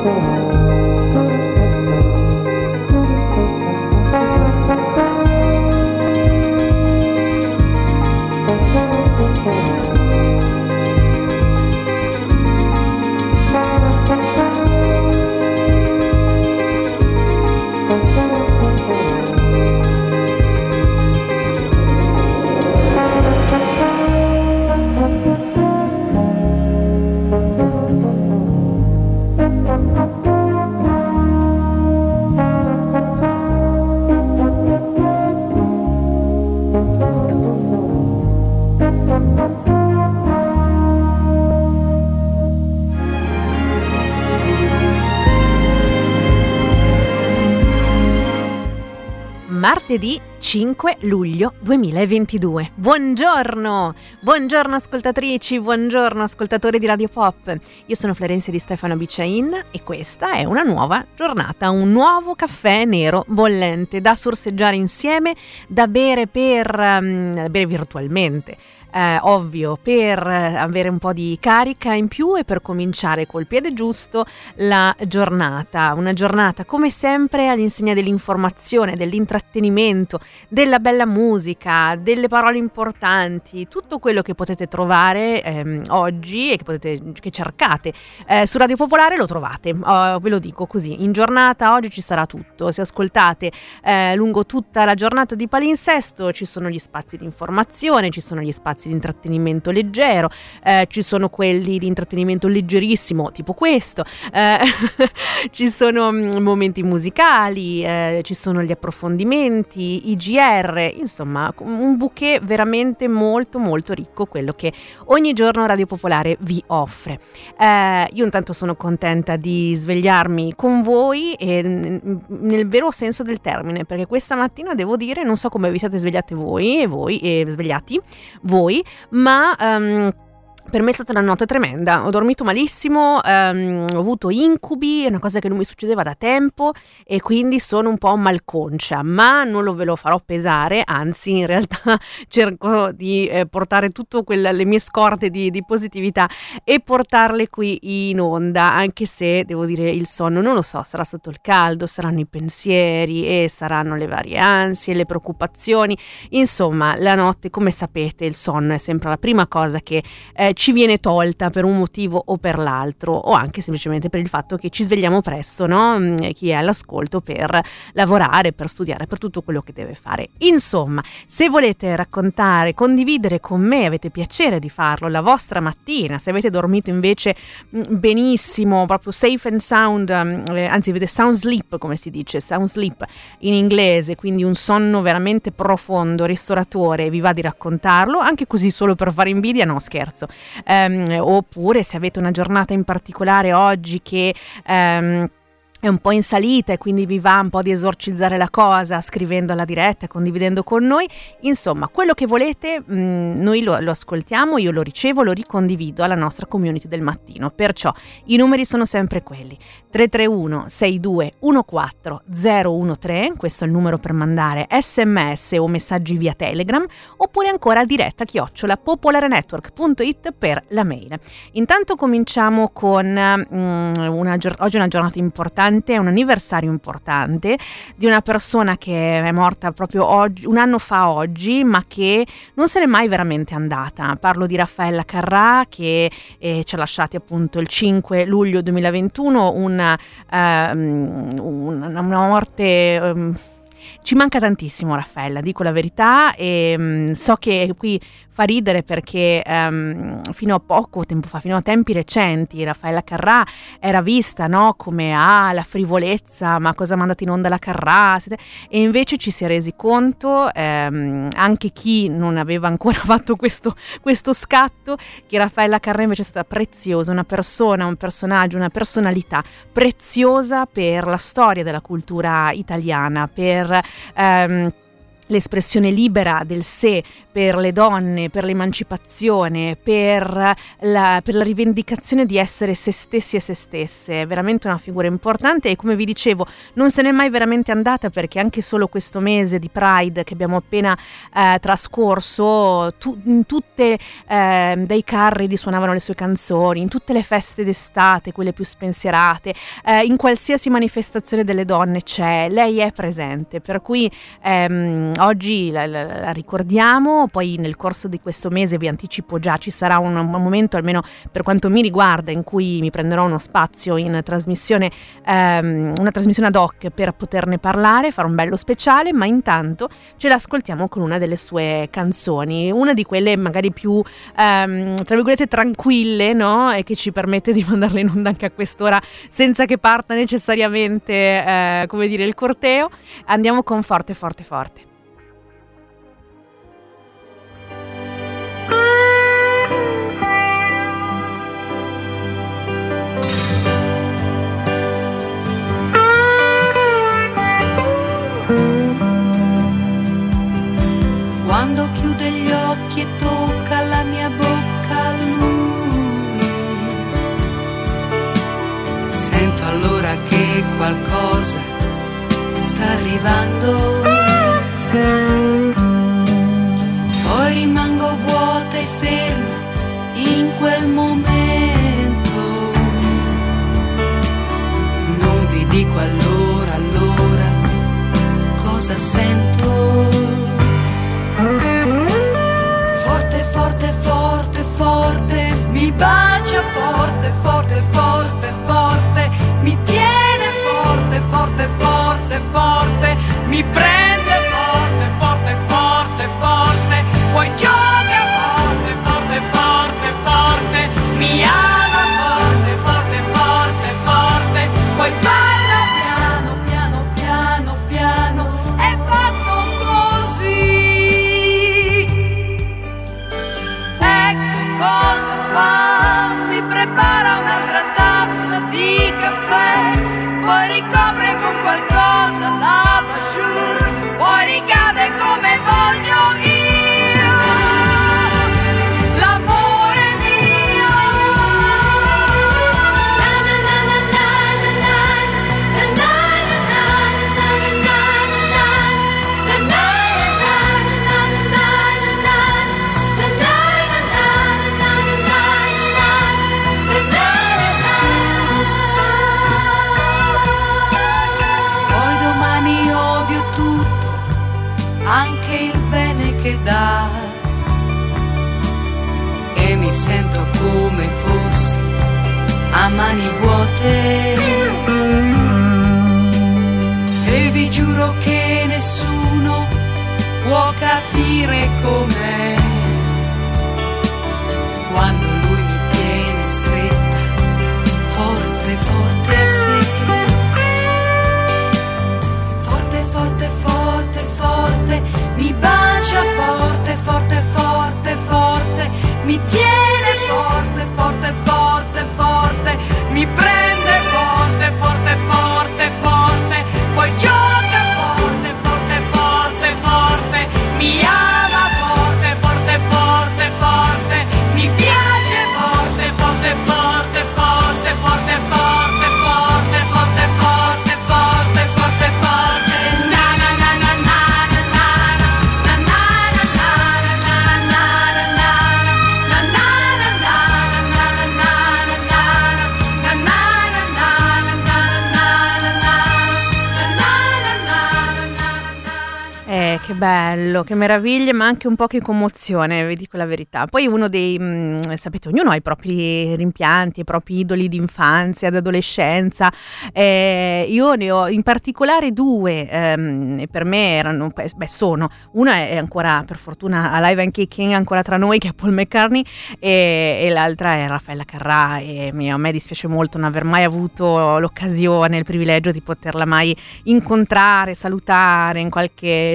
Martedì 5 luglio 2022. Buongiorno! Buongiorno ascoltatrici, buongiorno ascoltatori di Radio Pop. Io sono Florencia Di Stefano Biciain e questa è una nuova giornata, un nuovo caffè nero bollente da sorseggiare insieme, da bere bere virtualmente. Ovvio, per avere un po' di carica in più e per cominciare col piede giusto la giornata. Una giornata come sempre all'insegna dell'informazione, dell'intrattenimento, della bella musica, delle parole importanti, tutto quello che potete trovare oggi e che cercate su Radio Popolare lo trovate, ve lo dico così, in giornata oggi ci sarà tutto. Se ascoltate lungo tutta la giornata di palinsesto ci sono gli spazi di informazione, ci sono gli spazi di intrattenimento leggero, ci sono quelli di intrattenimento leggerissimo tipo questo, ci sono momenti musicali, ci sono gli approfondimenti, i GR, insomma un bouquet veramente molto molto ricco, quello che ogni giorno Radio Popolare vi offre. Io intanto sono contenta di svegliarmi con voi e nel vero senso del termine, perché questa mattina devo dire, non so come vi siete svegliate svegliati voi, ma per me è stata una notte tremenda, ho dormito malissimo, ho avuto incubi, è una cosa che non mi succedeva da tempo e quindi sono un po' malconcia, ma non ve lo farò pesare, anzi in realtà cerco di portare tutto le mie scorte di positività e portarle qui in onda, anche se devo dire il sonno, non lo so, sarà stato il caldo, saranno i pensieri e saranno le varie ansie, le preoccupazioni, insomma la notte, come sapete, il sonno è sempre la prima cosa che ci viene tolta per un motivo o per l'altro, o anche semplicemente per il fatto che ci svegliamo presto, no? Chi è all'ascolto per lavorare, per studiare, per tutto quello che deve fare. Insomma, se volete raccontare, condividere con me, avete piacere di farlo, la vostra mattina, se avete dormito invece benissimo, proprio safe and sound, anzi avete sound sleep, come si dice, sound sleep in inglese, quindi un sonno veramente profondo, ristoratore, vi va di raccontarlo, anche così solo per fare invidia, no scherzo. Oppure se avete una giornata in particolare oggi che è un po' in salita e quindi vi va un po' di esorcizzare la cosa scrivendo alla diretta, condividendo con noi, insomma quello che volete, noi lo ascoltiamo, io lo ricevo, lo ricondivido alla nostra community del mattino, perciò i numeri sono sempre quelli: 331 6214 013, questo è il numero per mandare sms o messaggi via Telegram, oppure ancora diretta @popolarenetwork.it per la mail. Intanto cominciamo con oggi è una giornata importante, è un anniversario importante di una persona che è morta proprio oggi, un anno fa oggi, ma che non se n'è mai veramente andata. Parlo di Raffaella Carrà, che ci ha lasciati appunto il 5 luglio 2021, una morte. Ci manca tantissimo Raffaella, dico la verità, e so che qui fa ridere perché fino a poco tempo fa, fino a tempi recenti, Raffaella Carrà era vista, no, come la frivolezza, ma cosa ha mandato in onda la Carrà, e invece ci si è resi conto, anche chi non aveva ancora fatto questo scatto, che Raffaella Carrà invece è stata preziosa, una persona, un personaggio, una personalità preziosa per la storia della cultura italiana, per l'espressione libera del sé per le donne, per l'emancipazione, per la rivendicazione di essere se stessi e se stesse. È veramente una figura importante e, come vi dicevo, non se n'è mai veramente andata, perché anche solo questo mese di Pride che abbiamo appena trascorso, in tutte dei carri risuonavano le sue canzoni, in tutte le feste d'estate, quelle più spensierate, in qualsiasi manifestazione delle donne lei è presente, per cui oggi la ricordiamo. Poi nel corso di questo mese, vi anticipo già, ci sarà un momento, almeno per quanto mi riguarda, in cui mi prenderò uno spazio in trasmissione, una trasmissione ad hoc per poterne parlare, fare un bello speciale, ma intanto ce l'ascoltiamo con una delle sue canzoni, una di quelle magari più tra virgolette tranquille, no? E che ci permette di mandarle in onda anche a quest'ora senza che parta necessariamente come dire il corteo. Andiamo con Forte Forte Forte. Quando chiude gli occhi e tocca la mia bocca lui, sento allora che qualcosa sta arrivando. Poi rimango vuota e ferma in quel momento. Non vi dico allora cosa sento. Forte, forte, forte, forte, mi bacia forte, forte, forte, forte, mi tiene forte, forte, forte, forte, mi prende forte, forte, forte, forte, poi gioca forte, forte, forte, forte, mi ama forte, forte, forte, forte, poi parla piano, piano, piano, piano, è fatto così. Ecco cosa fa, mi prepara un'altra tazza di caffè, poi ricopre con qualcosa la bajour, poi ricade come voglio io, l'amore mio. Poi domani odio tutto, anche il bene che dà, e mi sento come fossi a mani vuote, e vi giuro che nessuno può capire com'è quando lui mi tiene stretta, forte, forte a sé. Forte, forte, forte, forte, mi bacia forte, forte, forte, forte, mi tiene forte, forte, forte, forte, mi prende forte, forte, forte, forte, poi gioca forte, forte, forte, forte, mi ama forte, forte, forte, forte, mi piace forte, forte, forte, forte, forte, forte, forte, forte, forte, forte, forte, forte, na na na na na na na na na Che bello, che meraviglia, ma anche un po' che commozione, vi dico la verità. Poi uno dei, sapete, ognuno ha i propri rimpianti, i propri idoli di infanzia, d'adolescenza. Io ne ho in particolare due, e per me erano, sono, una è ancora per fortuna alive and kicking, ancora tra noi, che è Paul McCartney, e l'altra è Raffaella Carrà, e a me dispiace molto non aver mai avuto l'occasione, il privilegio di poterla mai incontrare, salutare in qualche studio televisivo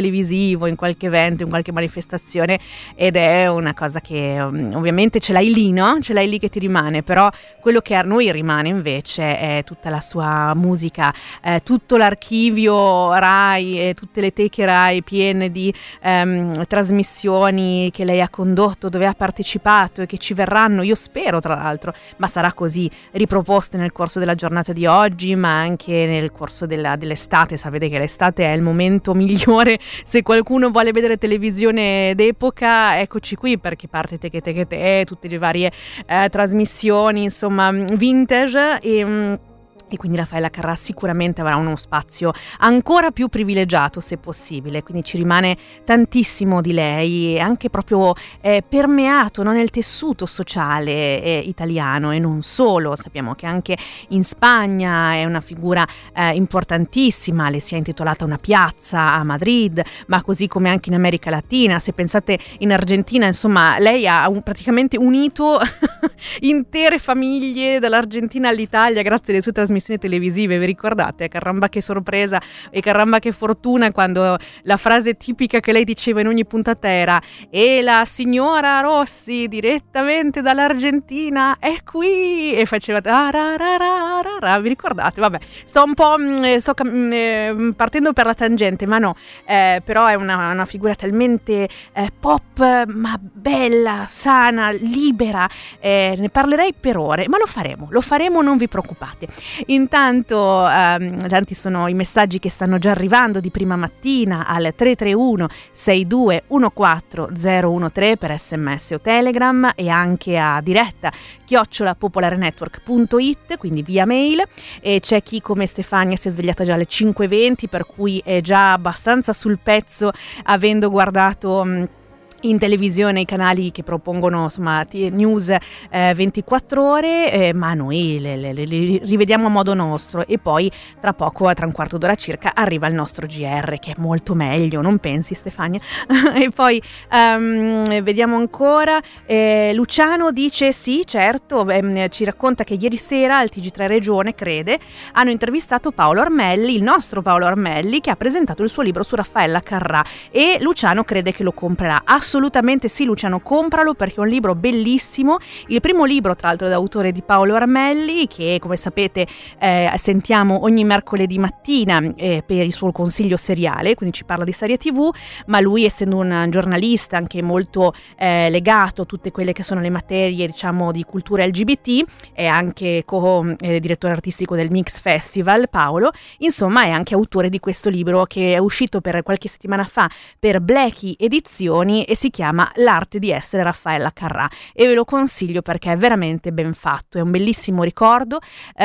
televisivo, in qualche evento, in qualche manifestazione, ed è una cosa che ovviamente ce l'hai lì, no? Ce l'hai lì che ti rimane, però quello che a noi rimane invece è tutta la sua musica, tutto l'archivio Rai e tutte le teche Rai piene di trasmissioni che lei ha condotto, dove ha partecipato e che ci verranno, io spero tra l'altro, ma sarà così, riproposte nel corso della giornata di oggi, ma anche nel corso dell'estate. Sapete che l'estate è il momento migliore se qualcuno vuole vedere televisione d'epoca, eccoci qui, perché parte Te, tutte le varie trasmissioni, insomma, vintage, e quindi Raffaella Carrà sicuramente avrà uno spazio ancora più privilegiato, se possibile. Quindi ci rimane tantissimo di lei, anche proprio permeato, no, nel tessuto sociale italiano, e non solo. Sappiamo che anche in Spagna è una figura importantissima, le si è intitolata una piazza a Madrid, ma così come anche in America Latina. Se pensate in Argentina, insomma, lei ha praticamente unito intere famiglie dall'Argentina all'Italia grazie alle sue trasmissioni televisive. Vi ricordate? Caramba che sorpresa e caramba che fortuna, quando la frase tipica che lei diceva in ogni puntata era: e la signora Rossi direttamente dall'Argentina è qui, e faceva vi ricordate? Vabbè, sto partendo per la tangente, ma no, però è una figura talmente pop, ma bella, sana, libera, ne parlerei per ore, ma lo faremo, non vi preoccupate. Intanto tanti sono i messaggi che stanno già arrivando di prima mattina al 331 6214013 per SMS o Telegram, e anche a diretta @popolarenetwork.it, quindi via mail. E c'è chi come Stefania si è svegliata già alle 5:20, per cui è già abbastanza sul pezzo, avendo guardato in televisione i canali che propongono, insomma, news 24 ore, ma noi le rivediamo a modo nostro, e poi tra poco, tra un quarto d'ora circa, arriva il nostro GR, che è molto meglio, non pensi, Stefania? E poi vediamo ancora, Luciano dice sì, certo, ci racconta che ieri sera al TG3 Regione, crede, hanno intervistato Paolo Armelli, il nostro Paolo Armelli, che ha presentato il suo libro su Raffaella Carrà, e Luciano crede che lo comprerà. Assolutamente sì, Luciano, compralo, perché è un libro bellissimo, il primo libro tra l'altro d'autore di Paolo Armelli, che come sapete sentiamo ogni mercoledì mattina per il suo consiglio seriale, quindi ci parla di serie TV, ma lui, essendo un giornalista anche molto legato a tutte quelle che sono le materie, diciamo, di cultura LGBT, è anche direttore artistico del Mix Festival, Paolo, insomma è anche autore di questo libro che è uscito per qualche settimana fa per Blackie Edizioni, e si chiama L'arte di essere Raffaella Carrà, e ve lo consiglio perché è veramente ben fatto, è un bellissimo ricordo,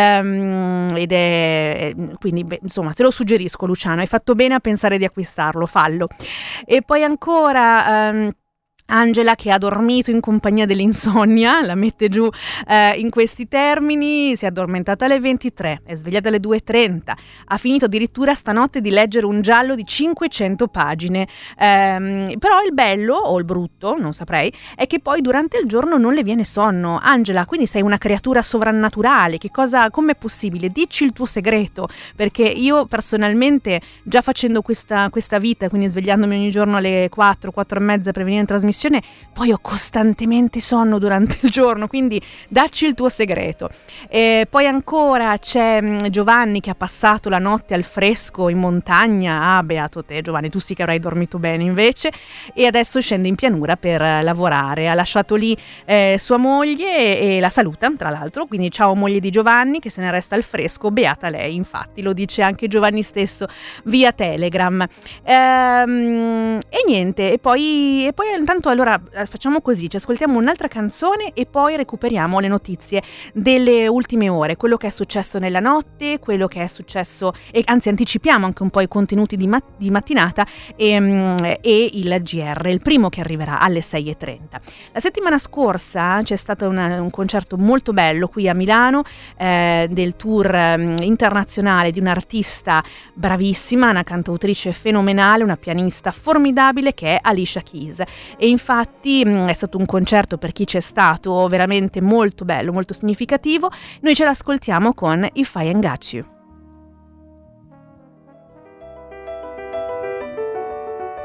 ed è quindi insomma te lo suggerisco, Luciano, hai fatto bene a pensare di acquistarlo, fallo. E poi ancora Angela, che ha dormito in compagnia dell'insonnia, la mette giù in questi termini: si è addormentata alle 23, è svegliata alle 2:30, ha finito addirittura stanotte di leggere un giallo di 500 pagine, però il bello, o il brutto, non saprei, è che poi durante il giorno non le viene sonno. Angela, quindi sei una creatura sovrannaturale, com'è possibile? Dici il tuo segreto, perché io personalmente, già facendo questa vita, quindi svegliandomi ogni giorno alle 4 e mezza per venire in trasmissione, poi ho costantemente sonno durante il giorno, quindi dacci il tuo segreto. E poi ancora c'è Giovanni, che ha passato la notte al fresco in montagna. Beato te, Giovanni, tu sì che avrai dormito bene invece, e adesso scende in pianura per lavorare. Ha lasciato lì sua moglie e la saluta, tra l'altro, quindi ciao moglie di Giovanni, che se ne resta al fresco, beata lei, infatti lo dice anche Giovanni stesso via Telegram. E niente, e poi intanto, allora facciamo così, ci ascoltiamo un'altra canzone e poi recuperiamo le notizie delle ultime ore, quello che è successo nella notte, quello che è successo, e anzi anticipiamo anche un po' i contenuti di mattinata e il GR, il primo che arriverà alle 6:30. La settimana scorsa c'è stato un concerto molto bello qui a Milano, del tour internazionale di un'artista bravissima, una cantautrice fenomenale, una pianista formidabile, che è Alicia Keys, e infatti è stato un concerto, per chi c'è stato, veramente molto bello, molto significativo. Noi ce l'ascoltiamo con If I Ain't Got You.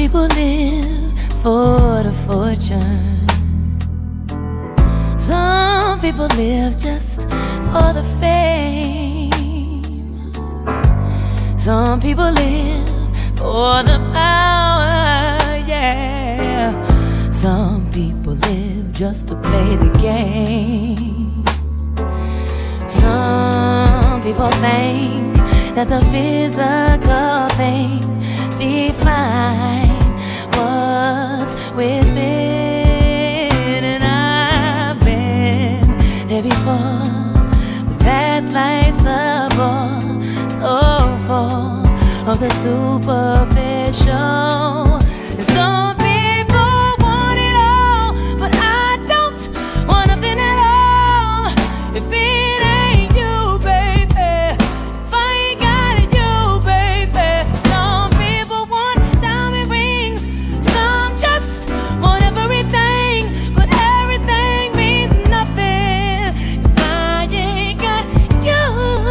people live for the fortune. Some people live just for the fame. Some people live for the power, yeah. Some people live just to play the game. Some people think that the physical things define what's within. And I've been there before, but that life's a bore, so full of the superficial. And some people want it all, but I don't want nothing at all. If it ain't you, baby, if I ain't got it, you, baby. Some people want diamond rings, some just want everything, but everything means nothing if I ain't got you.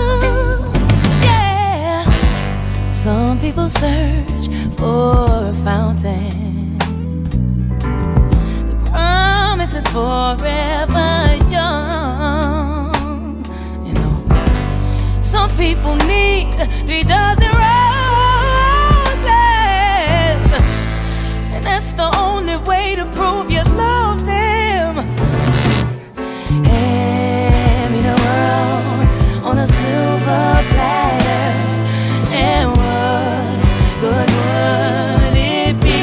Yeah. Some people search for a fountain. The promise is forever young. You know, some people need 3 dozen roses, and that's the only way to prove you love them. Hand me the world on a silver platter, and what good would it be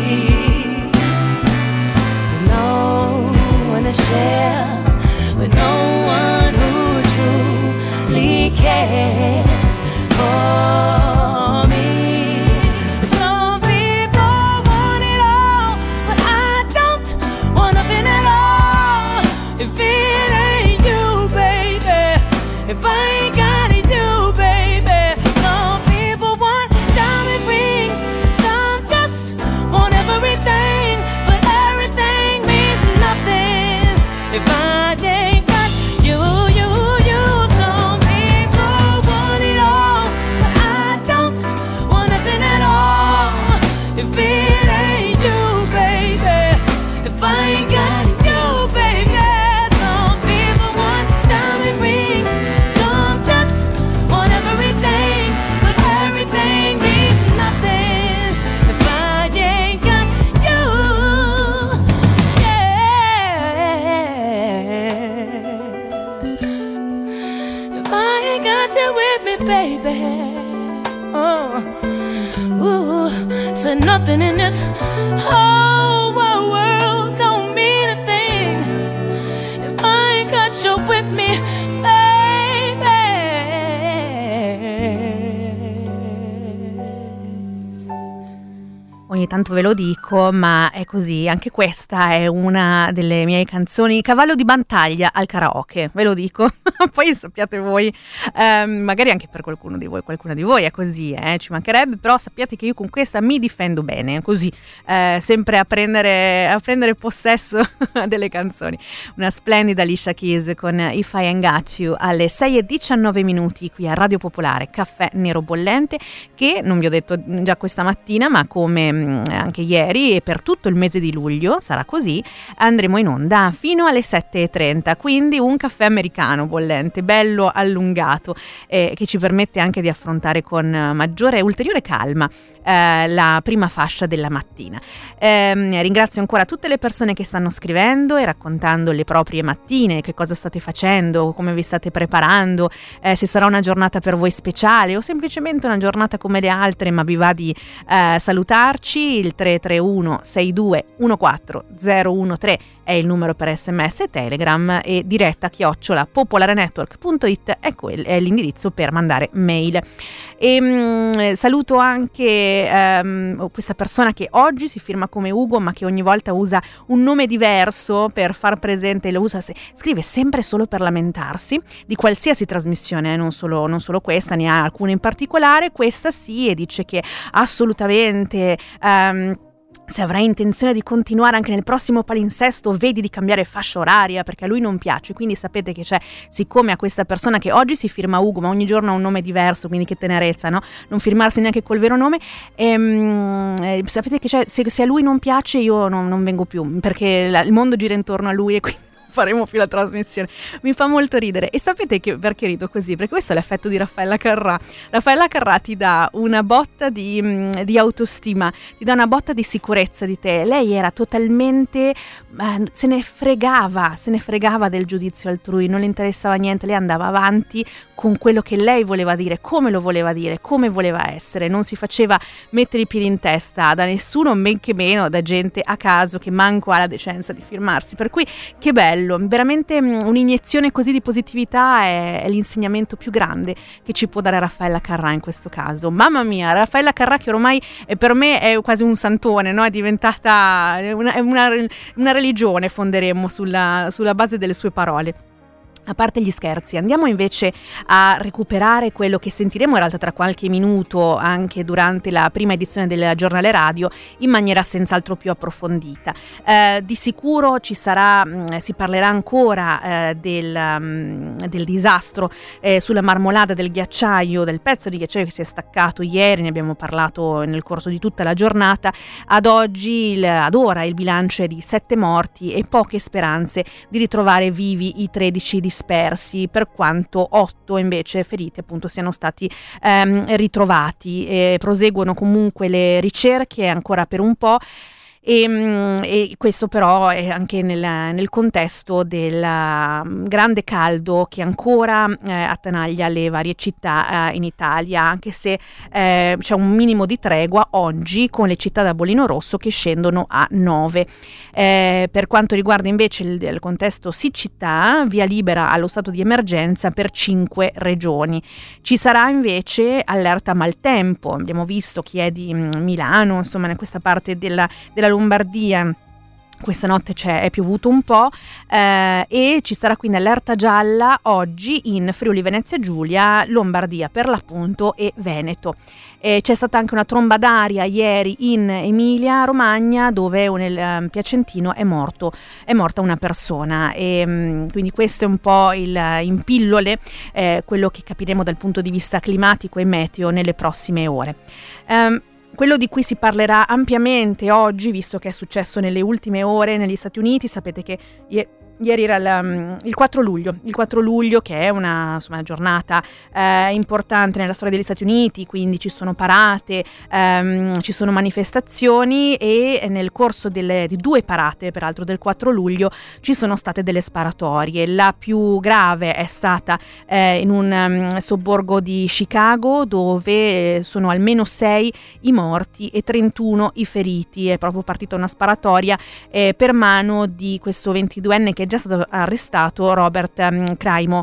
with no one to share, with no one who truly cares for me? Some people want it all, but I don't want nothing at all. If it ain't you, baby, if I ain't got it, you, baby. Some people want diamond rings, some just want everything, but everything means nothing if I ain't got you, you, you. Some people want it all, but I don't want nothing at all. If it ain't you, baby, if I ain't got you, baby. Some people want diamond rings, some just want everything, but everything means nothing if I ain't got you. Yeah. If I ain't got you with me, baby. Oh, ooh, said nothing in this whole wide world don't mean a thing if I ain't got you with me, baby. Ogni tanto ve lo dico, ma è così, anche questa è una delle mie canzoni cavallo di battaglia al karaoke, ve lo dico. Poi sappiate voi, magari anche per qualcuno di voi, qualcuna di voi è così, ci mancherebbe, però sappiate che io con questa mi difendo bene, così, sempre a prendere possesso delle canzoni. Una splendida Alicia Keys con If I Ain't Got You alle 6:19 qui a Radio Popolare, caffè nero bollente, che non vi ho detto già questa mattina, ma come anche ieri e per tutto il mese di luglio sarà così, andremo in onda fino alle 7:30, quindi un caffè americano bollente, bello allungato, che ci permette anche di affrontare con maggiore e ulteriore calma la prima fascia della mattina. Ringrazio ancora tutte le persone che stanno scrivendo e raccontando le proprie mattine, che cosa state facendo, come vi state preparando, se sarà una giornata per voi speciale o semplicemente una giornata come le altre, ma vi va di salutarci. Il 331 62 14 013 è il numero per SMS e Telegram, e diretta@popolarenetwork.it è l'indirizzo per mandare mail. E saluto anche questa persona che oggi si firma come Ugo, ma che ogni volta usa un nome diverso per far presente, lo usa, scrive sempre solo per lamentarsi di qualsiasi trasmissione, non solo questa, ne ha alcune in particolare, questa sì, e dice che assolutamente se avrai intenzione di continuare anche nel prossimo palinsesto, vedi di cambiare fascia oraria, perché a lui non piace. Quindi sapete che c'è, siccome a questa persona che oggi si firma Ugo, ma ogni giorno ha un nome diverso, quindi che tenerezza, no? Non firmarsi neanche col vero nome. Sapete che c'è, se a lui non piace, io non vengo più, perché il mondo gira intorno a lui e quindi faremo più la trasmissione. Mi fa molto ridere. E sapete che perché rido così? Perché questo è l'effetto di Raffaella Carrà. Raffaella Carrà ti dà una botta di autostima, ti dà una botta di sicurezza di te. Lei era totalmente se ne fregava del giudizio altrui, non le interessava niente, lei andava avanti con quello che lei voleva dire, come lo voleva dire, come voleva essere, non si faceva mettere i piedi in testa da nessuno, men che meno da gente a caso che manco ha la decenza di firmarsi. Per cui che bello, veramente un'iniezione così di positività è l'insegnamento più grande che ci può dare Raffaella Carrà in questo caso. Mamma mia, Raffaella Carrà, che ormai per me è quasi un santone, no? È diventata una religione, fonderemmo sulla base delle sue parole. A parte gli scherzi, andiamo invece a recuperare quello che sentiremo in realtà tra qualche minuto anche durante la prima edizione del giornale radio in maniera senz'altro più approfondita. Di sicuro ci sarà, si parlerà ancora del disastro sulla Marmolada del ghiacciaio, del pezzo di ghiacciaio che si è staccato ieri, ne abbiamo parlato nel corso di tutta la giornata. Ad ora il bilancio è di 7 morti e poche speranze di ritrovare vivi i 13 dispersi, per quanto 8 invece feriti appunto siano stati ritrovati. Proseguono comunque le ricerche ancora per un po'. E questo però è anche nel contesto del grande caldo che ancora attanaglia le varie città in Italia, anche se c'è un minimo di tregua oggi con le città da bollino rosso che scendono a 9. Per quanto riguarda invece il contesto siccità, via libera allo stato di emergenza per 5 regioni. Ci sarà invece allerta maltempo, abbiamo visto chi è di Milano, insomma in questa parte della Lombardia. Questa notte è piovuto un po' e ci sarà quindi allerta gialla oggi in Friuli Venezia Giulia, Lombardia per l'appunto e Veneto. C'è stata anche una tromba d'aria ieri in Emilia Romagna, dove nel Piacentino è morta una persona, e quindi questo è un po' in pillole quello che capiremo dal punto di vista climatico e meteo nelle prossime ore. Quello di cui si parlerà ampiamente oggi, visto che è successo nelle ultime ore negli Stati Uniti, sapete che ieri era il 4 luglio, che è una giornata importante nella storia degli Stati Uniti, quindi ci sono parate, ci sono manifestazioni, e nel corso di 2 parate, peraltro del 4 luglio, ci sono state delle sparatorie. La più grave è stata in un sobborgo di Chicago, dove sono almeno 6 i morti e 31 i feriti. È proprio partita una sparatoria per mano di questo 22enne che è già stato arrestato, Robert Crimo.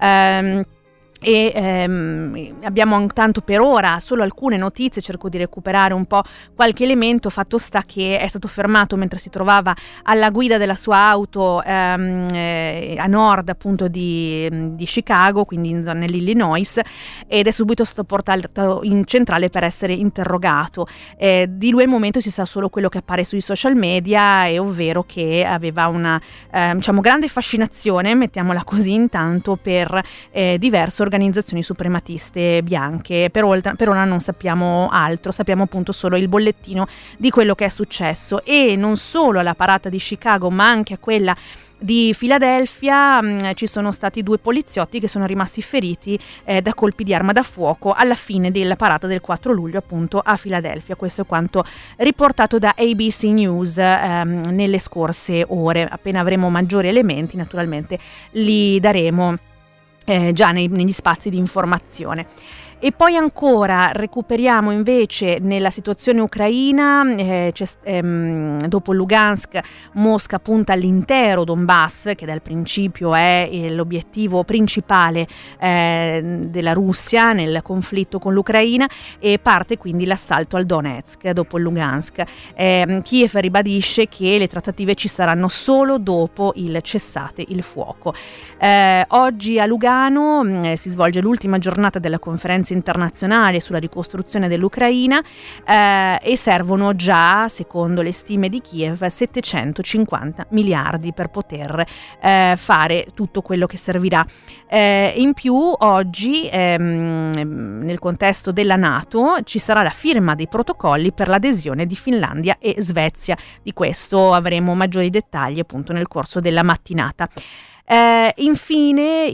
Abbiamo tanto per ora solo alcune notizie, cerco di recuperare un po' qualche elemento. Fatto sta che è stato fermato mentre si trovava alla guida della sua auto a nord appunto di Chicago, quindi nell'Illinois, ed è subito stato portato in centrale per essere interrogato. Di lui al momento si sa solo quello che appare sui social media, e ovvero che aveva una grande fascinazione, mettiamola così intanto, per diverse organizzazioni suprematiste bianche. Per ora non sappiamo altro, sappiamo appunto solo il bollettino di quello che è successo. E non solo alla parata di Chicago, ma anche a quella di Filadelfia ci sono stati 2 poliziotti che sono rimasti feriti da colpi di arma da fuoco alla fine della parata del 4 luglio appunto a Filadelfia. Questo è quanto riportato da ABC News nelle scorse ore. Appena avremo maggiori elementi naturalmente li daremo già negli spazi di informazione. E poi ancora recuperiamo invece nella situazione ucraina, dopo Lugansk, Mosca punta all'intero Donbass, che dal principio è l'obiettivo principale della Russia nel conflitto con l'Ucraina, e parte quindi l'assalto al Donetsk dopo il Lugansk. Kiev ribadisce che le trattative ci saranno solo dopo il cessate il fuoco. Oggi a Lugano si svolge l'ultima giornata della conferenza finanze internazionali sulla ricostruzione dell'Ucraina e servono già, secondo le stime di Kiev, 750 miliardi per poter fare tutto quello che servirà. In più oggi nel contesto della NATO ci sarà la firma dei protocolli per l'adesione di Finlandia e Svezia. Di questo avremo maggiori dettagli appunto nel corso della mattinata. Infine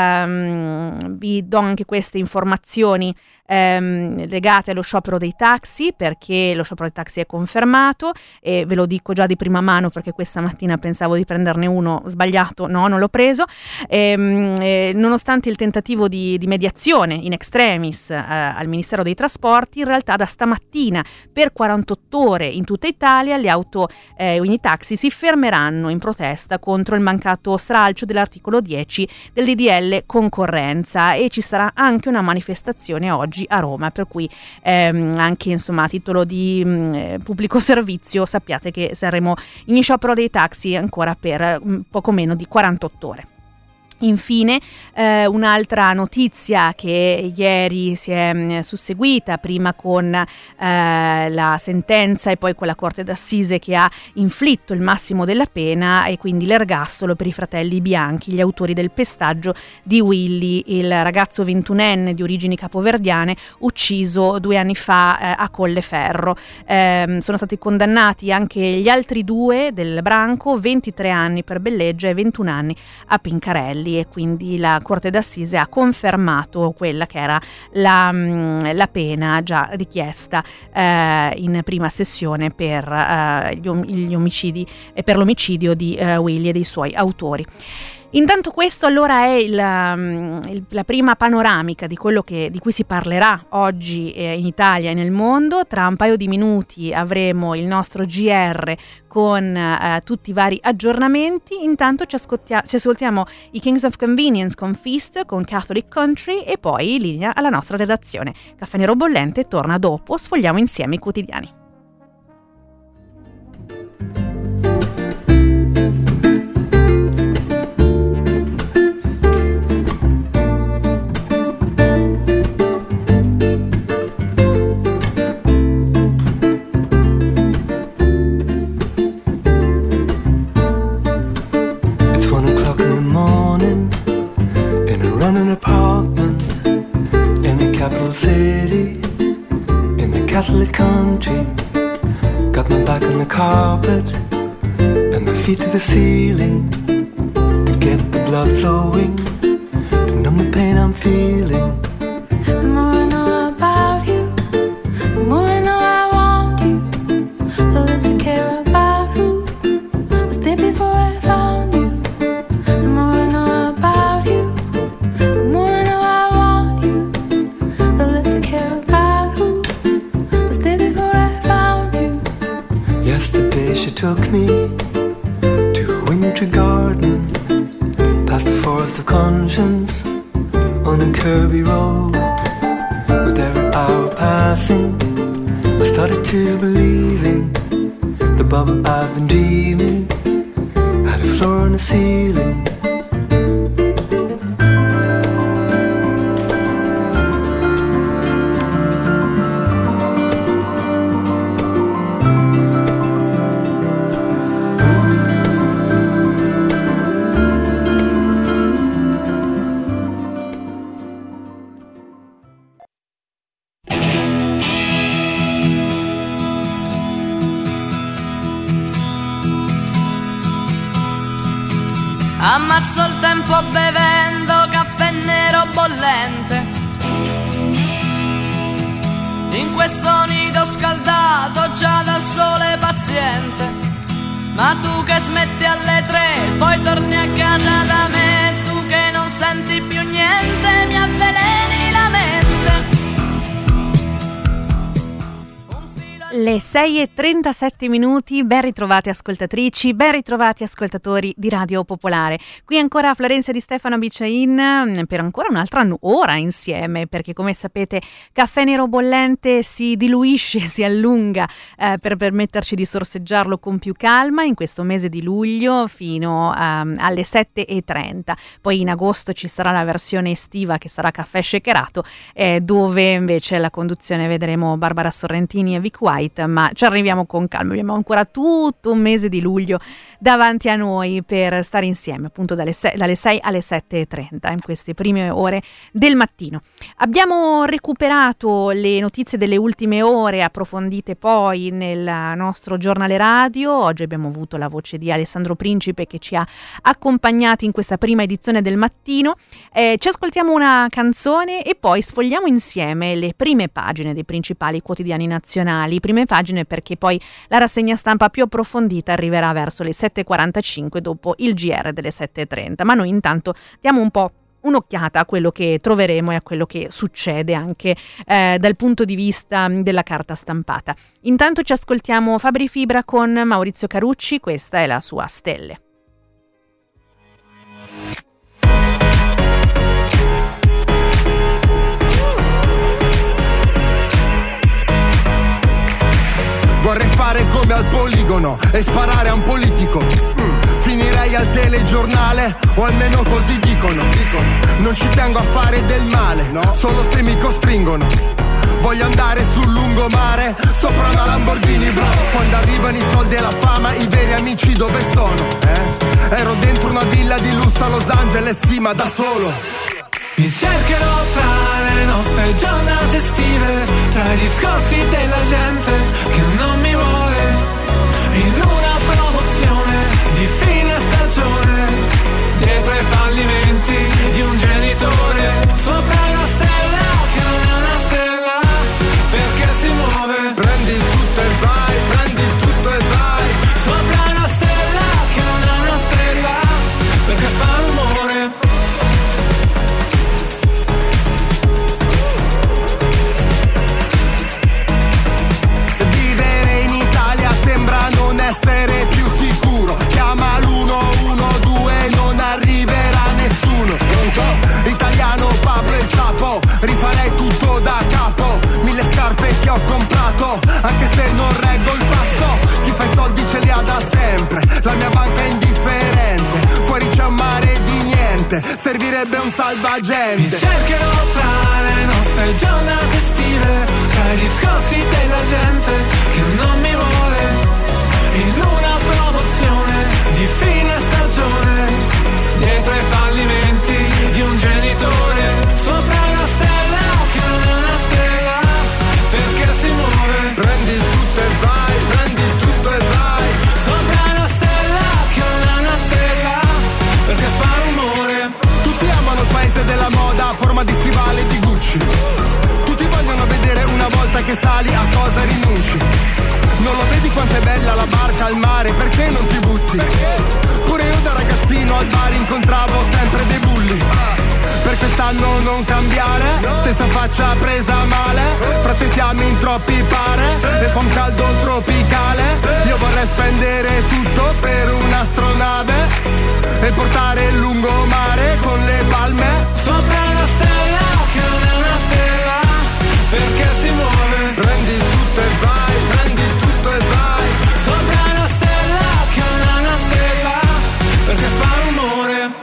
vi do anche queste informazioni legate allo sciopero dei taxi, perché lo sciopero dei taxi è confermato e ve lo dico già di prima mano perché questa mattina pensavo di prenderne uno sbagliato, no, non l'ho preso. Nonostante il tentativo di mediazione in extremis al Ministero dei Trasporti, in realtà da stamattina per 48 ore in tutta Italia le auto i taxi si fermeranno in protesta contro il mancato stralcio dell'articolo 10 del DDL concorrenza, e ci sarà anche una manifestazione oggi a Roma, per cui anche insomma a titolo di pubblico servizio sappiate che saremo in sciopero dei taxi ancora per poco meno di 48 ore. Infine un'altra notizia che ieri si è susseguita, prima con la sentenza e poi con la Corte d'Assise che ha inflitto il massimo della pena e quindi l'ergastolo per i fratelli Bianchi, gli autori del pestaggio di Willy, il ragazzo 21enne di origini capoverdiane ucciso 2 anni fa a Colleferro. Sono stati condannati anche gli altri 2 del branco, 23 anni per Belleggia e 21 anni a Pincarelli, e quindi la Corte d'Assise ha confermato quella che era la pena già richiesta in prima sessione per gli omicidi e per l'omicidio di Willy e dei suoi autori. Intanto questo allora è la prima panoramica di quello di cui si parlerà oggi in Italia e nel mondo. Tra un paio di minuti avremo il nostro GR con tutti i vari aggiornamenti. Intanto ci ascoltiamo i Kings of Convenience con Feast, con Catholic Country, e poi linea alla nostra redazione. Caffè Nero Bollente torna dopo, sfogliamo insieme i quotidiani. City, in the Catholic country, got my back on the carpet and my feet to the ceiling to get the blood flowing, to numb the pain I'm feeling. The more I know about you, the more I know I want you, the less I care about who was there before I found you. The more I know about you, the more I know I want you, the less I care about who was there before I found you. Yesterday she took me to a wintry garden, past the forest of conscience, on a curvy road. With every hour passing, I started to believe in the bubble I've been dreaming, had a floor and a ceiling. Ammazzo il tempo bevendo caffè nero bollente, in questo nido scaldato già dal sole paziente. Ma tu che smetti alle 3, poi torni a casa da me, tu che non senti più niente, mi avveleni la mente. Un filo Le 6:37, ben ritrovate ascoltatrici, ben ritrovati ascoltatori di Radio Popolare. Qui ancora Florencia Di Stefano Bicain per ancora un'altra ora insieme, perché come sapete Caffè Nero Bollente si diluisce, si allunga per permetterci di sorseggiarlo con più calma in questo mese di luglio fino alle 7:30. Poi in agosto ci sarà la versione estiva che sarà Caffè Shakerato, dove invece la conduzione vedremo Barbara Sorrentini e Vic White, ma ci arriviamo con calma, abbiamo ancora tutto un mese di luglio davanti a noi per stare insieme appunto dalle 6 alle 7:30 in queste prime ore del mattino. Abbiamo recuperato le notizie delle ultime ore approfondite poi nel nostro giornale radio. Oggi abbiamo avuto la voce di Alessandro Principe che ci ha accompagnati in questa prima edizione del mattino. Ci ascoltiamo una canzone e poi sfogliamo insieme le prime pagine dei principali quotidiani nazionali. Prime pagine perché poi la rassegna stampa più approfondita arriverà verso le 7:45 dopo il GR delle 7:30, ma noi intanto diamo un po' un'occhiata a quello che troveremo e a quello che succede anche dal punto di vista della carta stampata. Intanto ci ascoltiamo Fabri Fibra con Maurizio Carucci, questa è la sua Stelle. Vorrei fare come al poligono e sparare a un politico. Finirei al telegiornale, o almeno così dicono. Non ci tengo a fare del male, no, solo se mi costringono. Voglio andare sul lungomare, sopra una Lamborghini, bro. Quando arrivano i soldi e la fama, i veri amici dove sono? Ero dentro una villa di lusso a Los Angeles, sì, ma da solo. Mi cercherò tra le nostre giornate estive, tra i discorsi della gente che non mi vuole, in una promozione di fine stagione, dietro ai fallimenti di un genitore, sopra una stella che non è una stella, perché si muove. Prendi tutto e vai, prendi tutto e vai. Sopra una stella che non è una stella, perché fa rumore. Sembra non essere più sicuro. Chiama l'112, non arriverà nessuno. Italiano Pablo e Chapo, rifarei tutto da capo. 1000 scarpe che ho comprato, anche se non reggo il passo. Chi fa i soldi ce li ha da sempre, la mia banca è indifferente. Fuori c'è un mare di niente, servirebbe un salvagente. Mi cercherò tra le nostre giornate estive, tra i discorsi della gente che non mi vuole, in una promozione di fine stagione, dietro ai fallimenti di un genitore, sopra una stella che non è una stella, perché si muove. Prendi tutto e vai, prendi tutto e vai. Sopra una stella che non è una stella, perché fa rumore. Tutti amano il paese della moda a forma di stivale di Gucci. Tutti vogliono vedere una volta che sali a cosa rinunci. Non lo vedi quanto è bella la barca al mare, perché non ti butti? Pure io da ragazzino al bar incontravo sempre dei bulli. Per quest'anno non cambiare, stessa faccia presa male. Frate siamo in troppi pare, e fa un caldo tropicale. Io vorrei spendere tutto per un'astronave e portare il lungomare con le palme. Sopra una stella che non è una stella, perché si muove. Prendi tutto e vai, prendi tutto e vai. Sopra una stella che non è una stella, perché fa rumore.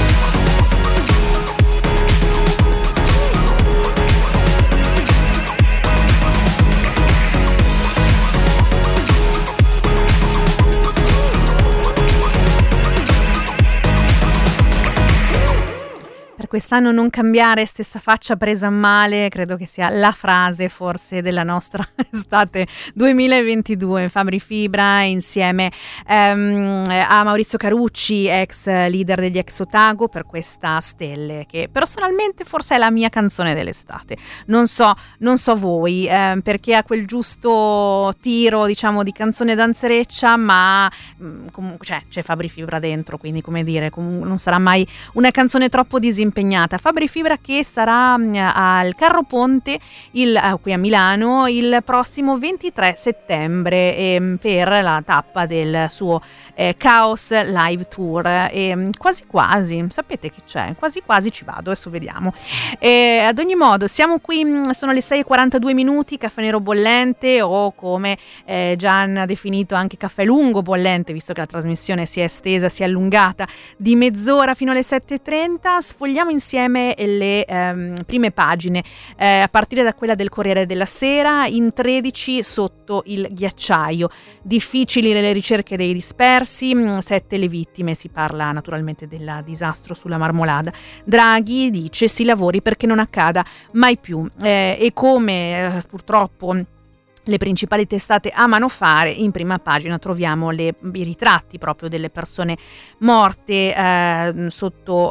Per quest'anno non cambiare, stessa faccia presa a male, credo che sia la frase forse della nostra estate 2022. Fabri Fibra insieme a Maurizio Carucci, ex leader degli Ex Otago, per questa Stelle, che personalmente forse è la mia canzone dell'estate. Non so voi, perché ha quel giusto tiro, diciamo, di canzone danzereccia, ma comunque c'è Fabri Fibra dentro, quindi come dire, non sarà mai una canzone troppo disimpegnativa. impegnata. Fabri Fibra che sarà al Carro Ponte qui a Milano il prossimo 23 settembre per la tappa del suo Chaos Live Tour. Quasi quasi, sapete che c'è? Quasi quasi ci vado, adesso vediamo. Ad ogni modo, siamo qui, sono le 6:42 minuti, caffè nero bollente, o come Gian ha definito anche caffè lungo bollente, visto che la trasmissione si è estesa, si è allungata di mezz'ora fino alle 7:30. Sfogliamo insieme le prime pagine, a partire da quella del Corriere della Sera. In 13 sotto il ghiacciaio, difficili le ricerche dei dispersi, 7 le vittime, si parla naturalmente del disastro sulla Marmolada. Draghi dice si lavori perché non accada mai più, e come purtroppo le principali testate amano fare, in prima pagina troviamo i ritratti proprio delle persone morte sotto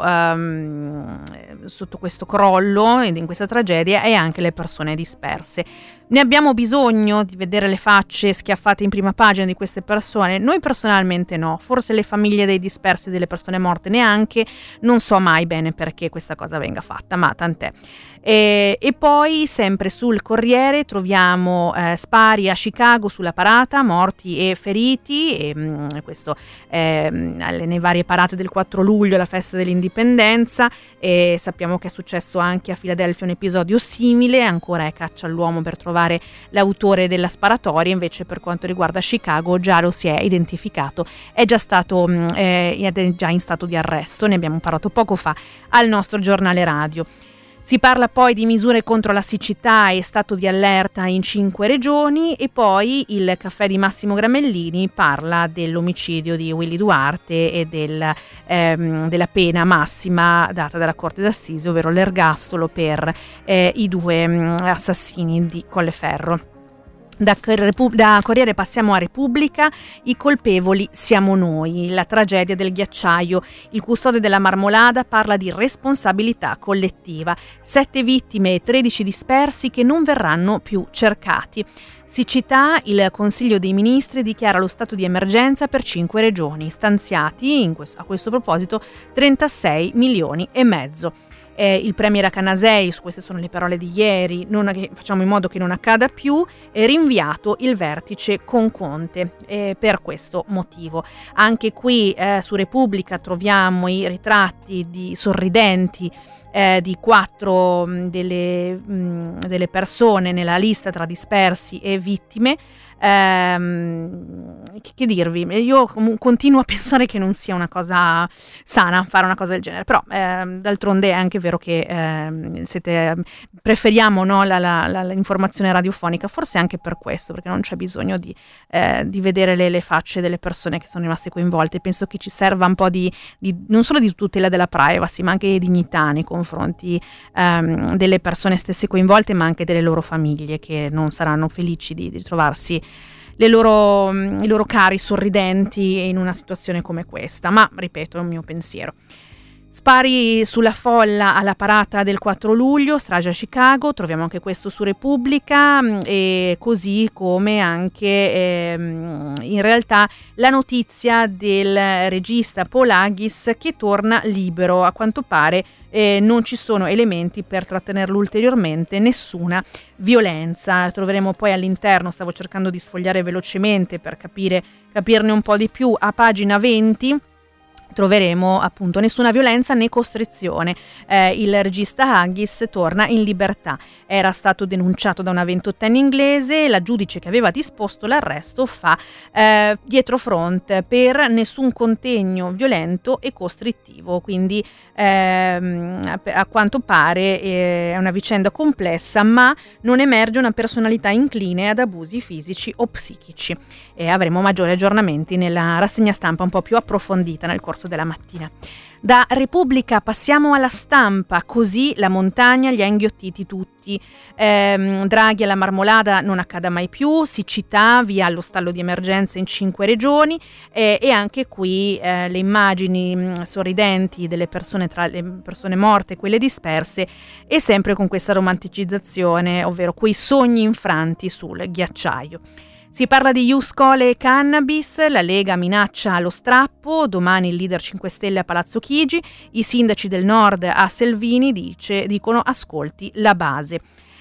questo crollo ed in questa tragedia, e anche le persone disperse. Ne abbiamo bisogno di vedere le facce schiaffate in prima pagina di queste persone? Noi personalmente no, forse le famiglie dei dispersi e delle persone morte neanche, non so mai bene perché questa cosa venga fatta, ma tant'è. E poi sempre sul Corriere troviamo spari a Chicago sulla parata, morti e feriti, e questo nei varie parate del 4 luglio, la festa dell'indipendenza, e sappiamo che è successo anche a Filadelfia un episodio simile, ancora è caccia all'uomo per trovare l'autore della sparatoria. Invece per quanto riguarda Chicago già lo si è identificato, è già stato ed è già in stato di arresto, ne abbiamo parlato poco fa al nostro giornale radio. Si parla poi di misure contro la siccità e stato di allerta in 5 regioni, e poi il caffè di Massimo Gramellini parla dell'omicidio di Willy Duarte e della pena massima data dalla Corte d'Assise, ovvero l'ergastolo per i 2 assassini di Colleferro. Da Corriere passiamo a Repubblica. I colpevoli siamo noi, la tragedia del ghiacciaio. Il custode della Marmolada parla di responsabilità collettiva. 7 vittime e 13 dispersi che non verranno più cercati. Siccità, il Consiglio dei Ministri dichiara lo stato di emergenza per 5 regioni, stanziati a questo proposito 36,5 milioni. Il premier Acanasei, queste sono le parole di ieri, facciamo in modo che non accada più, è rinviato il vertice con Conte per questo motivo. Anche qui su Repubblica troviamo i ritratti sorridenti di 4 delle persone nella lista tra dispersi e vittime. Che dirvi, io continuo a pensare che non sia una cosa sana fare una cosa del genere, però d'altronde è anche vero che preferiamo, no, l'informazione radiofonica, forse anche per questo, perché non c'è bisogno di vedere le facce delle persone che sono rimaste coinvolte. Penso che ci serva un po' di non solo di tutela della privacy, ma anche di dignità nei confronti delle persone stesse coinvolte, ma anche delle loro famiglie, che non saranno felici di ritrovarsi i loro cari sorridenti in una situazione come questa. Ma ripeto, è un mio pensiero. Spari sulla folla alla parata del 4 luglio, strage a Chicago, troviamo anche questo su Repubblica, e così come anche in realtà la notizia del regista Paul Haggis che torna libero. A quanto pare non ci sono elementi per trattenerlo ulteriormente, nessuna violenza. Troveremo poi all'interno, stavo cercando di sfogliare velocemente per capirne un po' di più, a pagina 20 troveremo appunto nessuna violenza né costrizione. Il regista Haggis torna in libertà. Era stato denunciato da una 28enne inglese, la giudice che aveva disposto l'arresto fa dietrofront per nessun contegno violento e costrittivo. Quindi a quanto pare è una vicenda complessa, ma non emerge una personalità incline ad abusi fisici o psichici. E avremo maggiori aggiornamenti nella rassegna stampa un po' più approfondita nel corso della mattina. Da Repubblica passiamo alla Stampa. Così la montagna li ha inghiottiti tutti. Draghi alla Marmolada non accada mai più, siccità, via allo stallo di emergenza in 5 regioni, e anche qui le immagini sorridenti delle persone, tra le persone morte e quelle disperse, e sempre con questa romanticizzazione, ovvero quei sogni infranti sul ghiacciaio. Si parla di Ius Cole e cannabis, la Lega minaccia lo strappo, domani il leader 5 Stelle a Palazzo Chigi, i sindaci del nord a Salvini dicono ascolti la base.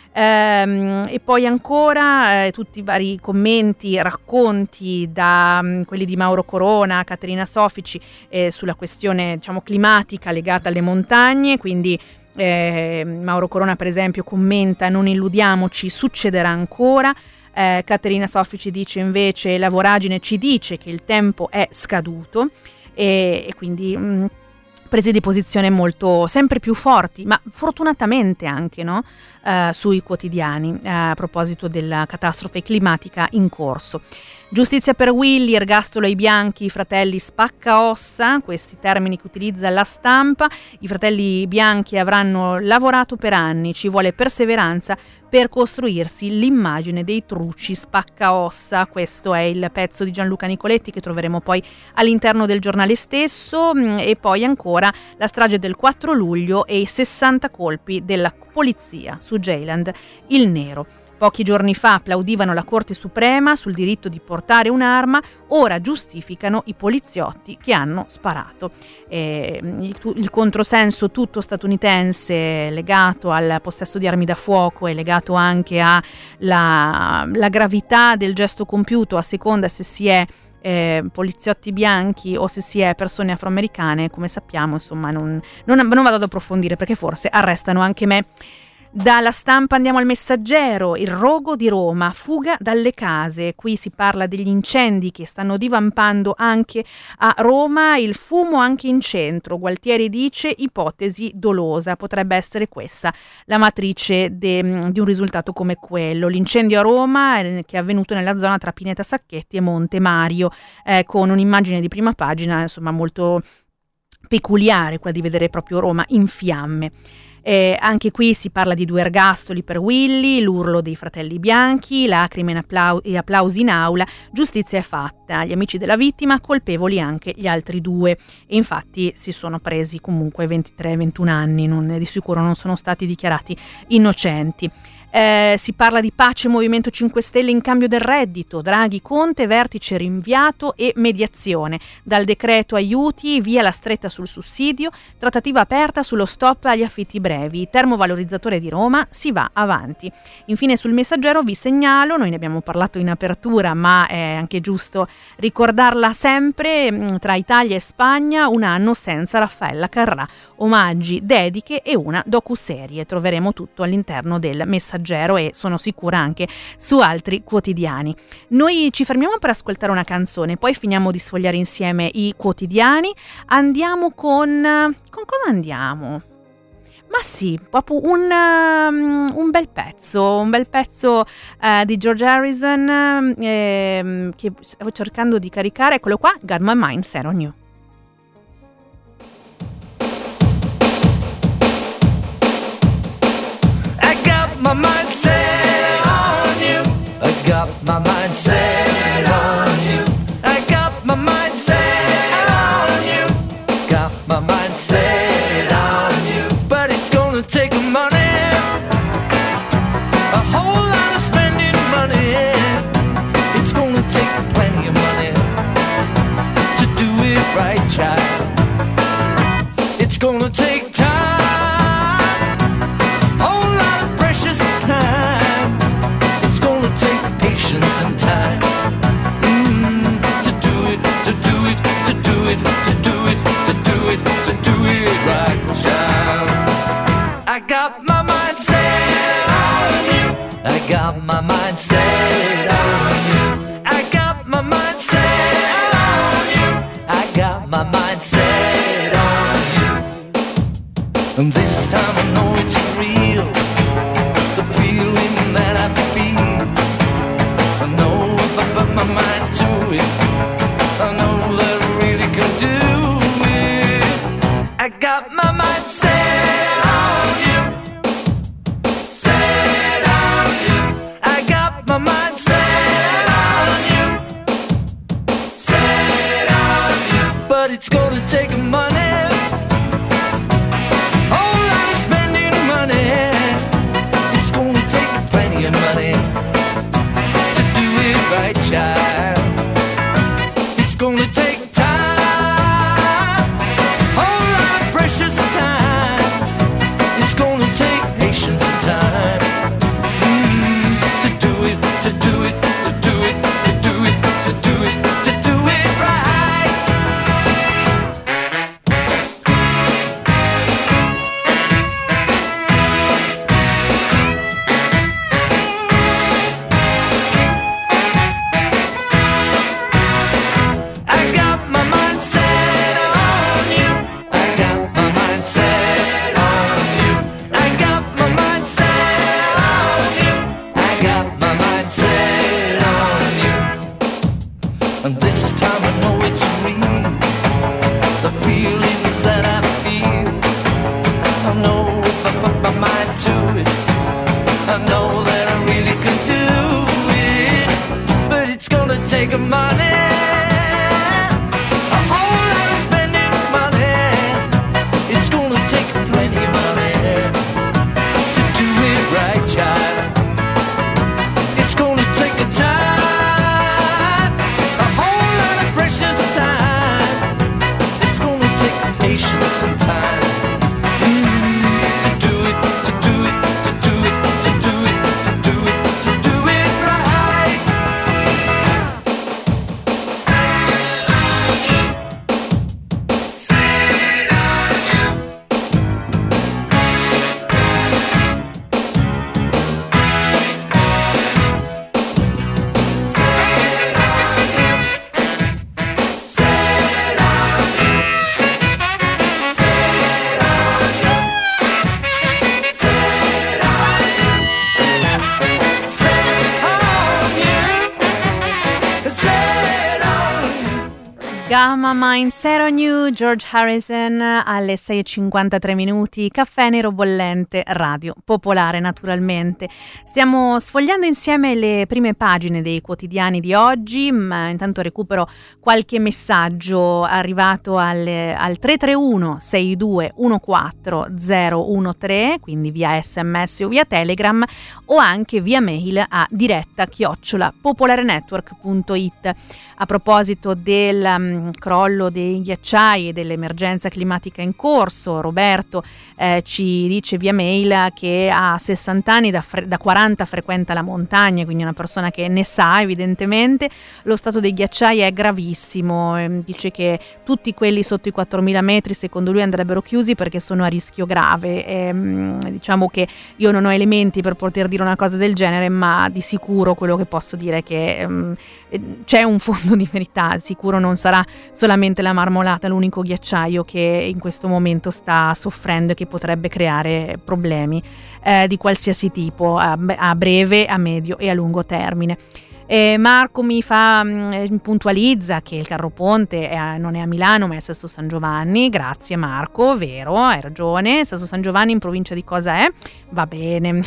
E poi ancora tutti i vari commenti, racconti da quelli di Mauro Corona, Caterina Sofici sulla questione climatica legata alle montagne, quindi Mauro Corona per esempio commenta: non illudiamoci, succederà ancora. Caterina Soffici dice invece: la voragine ci dice che il tempo è scaduto, e quindi prese di posizione sempre più forti, ma fortunatamente anche sui quotidiani a proposito della catastrofe climatica in corso. Giustizia per Willy, ergastolo ai bianchi, i fratelli spacca ossa, questi termini che utilizza La Stampa. I fratelli bianchi avranno lavorato per anni, ci vuole perseveranza per costruirsi l'immagine dei truci spacca ossa. Questo è il pezzo di Gianluca Nicoletti che troveremo poi all'interno del giornale stesso. E poi ancora la strage del 4 luglio e i 60 colpi della polizia su Geyland il Nero. Pochi giorni fa applaudivano la Corte Suprema sul diritto di portare un'arma, ora giustificano i poliziotti che hanno sparato. Il controsenso tutto statunitense legato al possesso di armi da fuoco è legato anche alla gravità del gesto compiuto, a seconda se si è poliziotti bianchi o se si è persone afroamericane. Come sappiamo, insomma, non vado ad approfondire perché forse arrestano anche me. Dalla Stampa andiamo al Messaggero, il rogo di Roma, fuga dalle case. Qui si parla degli incendi che stanno divampando anche a Roma, il fumo anche in centro. Gualtieri dice ipotesi dolosa, potrebbe essere questa la matrice di un risultato come quello. L'incendio a Roma che è avvenuto nella zona tra Pineta Sacchetti e Monte Mario, con un'immagine di prima pagina insomma molto peculiare, quella di vedere proprio Roma in fiamme. Anche qui si parla di 2 ergastoli per Willy, l'urlo dei fratelli bianchi, lacrime e applausi in aula, giustizia è fatta, gli amici della vittima, colpevoli anche gli altri 2, e infatti si sono presi comunque 23-21 anni, di sicuro non sono stati dichiarati innocenti. Si parla di pace Movimento 5 Stelle in cambio del reddito, Draghi Conte, vertice rinviato e mediazione, dal decreto aiuti via la stretta sul sussidio, trattativa aperta sullo stop agli affitti brevi, termovalorizzatore di Roma, si va avanti. Infine sul Messaggero vi segnalo, noi ne abbiamo parlato in apertura ma è anche giusto ricordarla sempre, tra Italia e Spagna un anno senza Raffaella Carrà, omaggi, dediche e una docuserie. Troveremo tutto all'interno del Messaggero e sono sicura anche su altri quotidiani. Noi ci fermiamo per ascoltare una canzone, poi finiamo di sfogliare insieme i quotidiani. Andiamo con cosa andiamo? Ma sì, proprio un bel pezzo di George Harrison che stavo cercando di caricare. Eccolo qua, Got My Mind Set on You. My mind set on you. I got my mind set on you. I got my mind set on you. Got my mind set on you. But it's gonna take money, a whole lot of spending money. It's gonna take plenty of money to do it right, child. It's gonna take time. And time to do it, to do it, to do it, to do it, to do it, to do it right, child. I got my mind set on you. I got my mind set on you. I got my mind set on you. I got my mind set on you. And this time I know it's real, the feeling that I feel. Put my mind to it, I know that I really can do it. I got my mind set on you, set on you. I got my mind set on you, set on you. But it's gonna take money, whole lot of spending money. It's gonna take plenty of money. Right, some time to do it, to do it, to do it, to do it, to do it, to do it right. Gamma Mind, Set on You, George Harrison alle 6:53 minuti, caffè nero bollente, radio popolare naturalmente. Stiamo sfogliando insieme le prime pagine dei quotidiani di oggi, ma intanto recupero qualche messaggio arrivato al 331 6214 013, quindi via SMS o via Telegram, o anche via mail a diretta@popolarenetwork.it. A proposito del crollo dei ghiacciai e dell'emergenza climatica in corso, Roberto ci dice via mail che a 60 anni da 40 frequenta la montagna, quindi una persona che ne sa evidentemente. Lo stato dei ghiacciai è gravissimo, dice che tutti quelli sotto i 4.000 metri secondo lui andrebbero chiusi perché sono a rischio grave. Diciamo che io non ho elementi per poter dire una cosa del genere, ma di sicuro quello che posso dire è che c'è un fondo di verità. Sicuro non sarà solamente la Marmolata l'unico ghiacciaio che in questo momento sta soffrendo e che potrebbe creare problemi di qualsiasi tipo a breve, a medio e a lungo termine. Marco mi puntualizza che il carro ponte non è a Milano ma è a Sesto San Giovanni. Grazie Marco, vero, hai ragione. Sesto San Giovanni in provincia di cosa è? Va bene.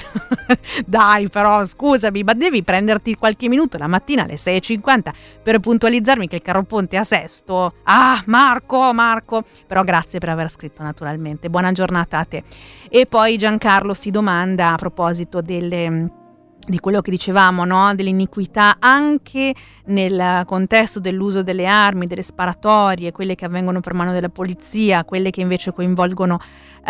Dai, però scusami, ma devi prenderti qualche minuto la mattina alle 6:50 per puntualizzarmi che il carro ponte è a Sesto. Ah, Marco, però grazie per aver scritto naturalmente. Buona giornata a te. E poi Giancarlo si domanda a proposito di quello che dicevamo, no? Dell'iniquità anche nel contesto dell'uso delle armi, delle sparatorie, quelle che avvengono per mano della polizia, quelle che invece coinvolgono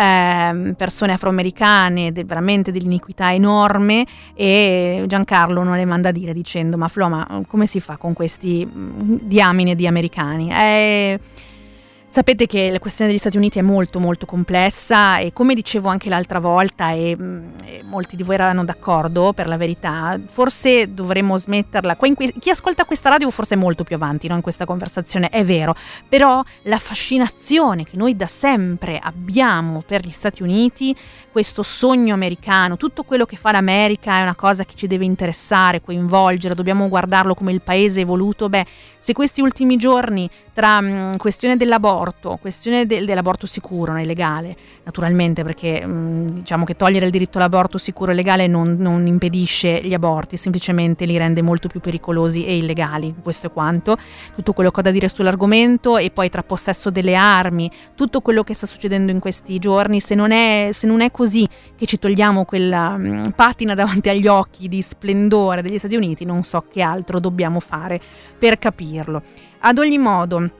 persone afroamericane, veramente dell'iniquità enorme. E Giancarlo non le manda a dire dicendo: ma Flo, ma come si fa con questi diamine di americani? Sapete che la questione degli Stati Uniti è molto molto complessa e, come dicevo anche l'altra volta, e molti di voi erano d'accordo per la verità, forse dovremmo smetterla. Chi ascolta questa radio forse è molto più avanti, no, in questa conversazione, è vero, però la fascinazione che noi da sempre abbiamo per gli Stati Uniti, questo sogno americano, tutto quello che fa l'America è una cosa che ci deve interessare, coinvolgere, dobbiamo guardarlo come il paese evoluto. Se questi ultimi giorni, tra questione dell'aborto, questione dell'aborto sicuro, non illegale, naturalmente, perché diciamo che togliere il diritto all'aborto sicuro e legale non impedisce gli aborti, semplicemente li rende molto più pericolosi e illegali. Questo è quanto, tutto quello che ho da dire sull'argomento. E poi tra possesso delle armi, tutto quello che sta succedendo in questi giorni, se non è così che ci togliamo quella patina davanti agli occhi di splendore degli Stati Uniti, non so che altro dobbiamo fare per capirlo. Ad ogni modo,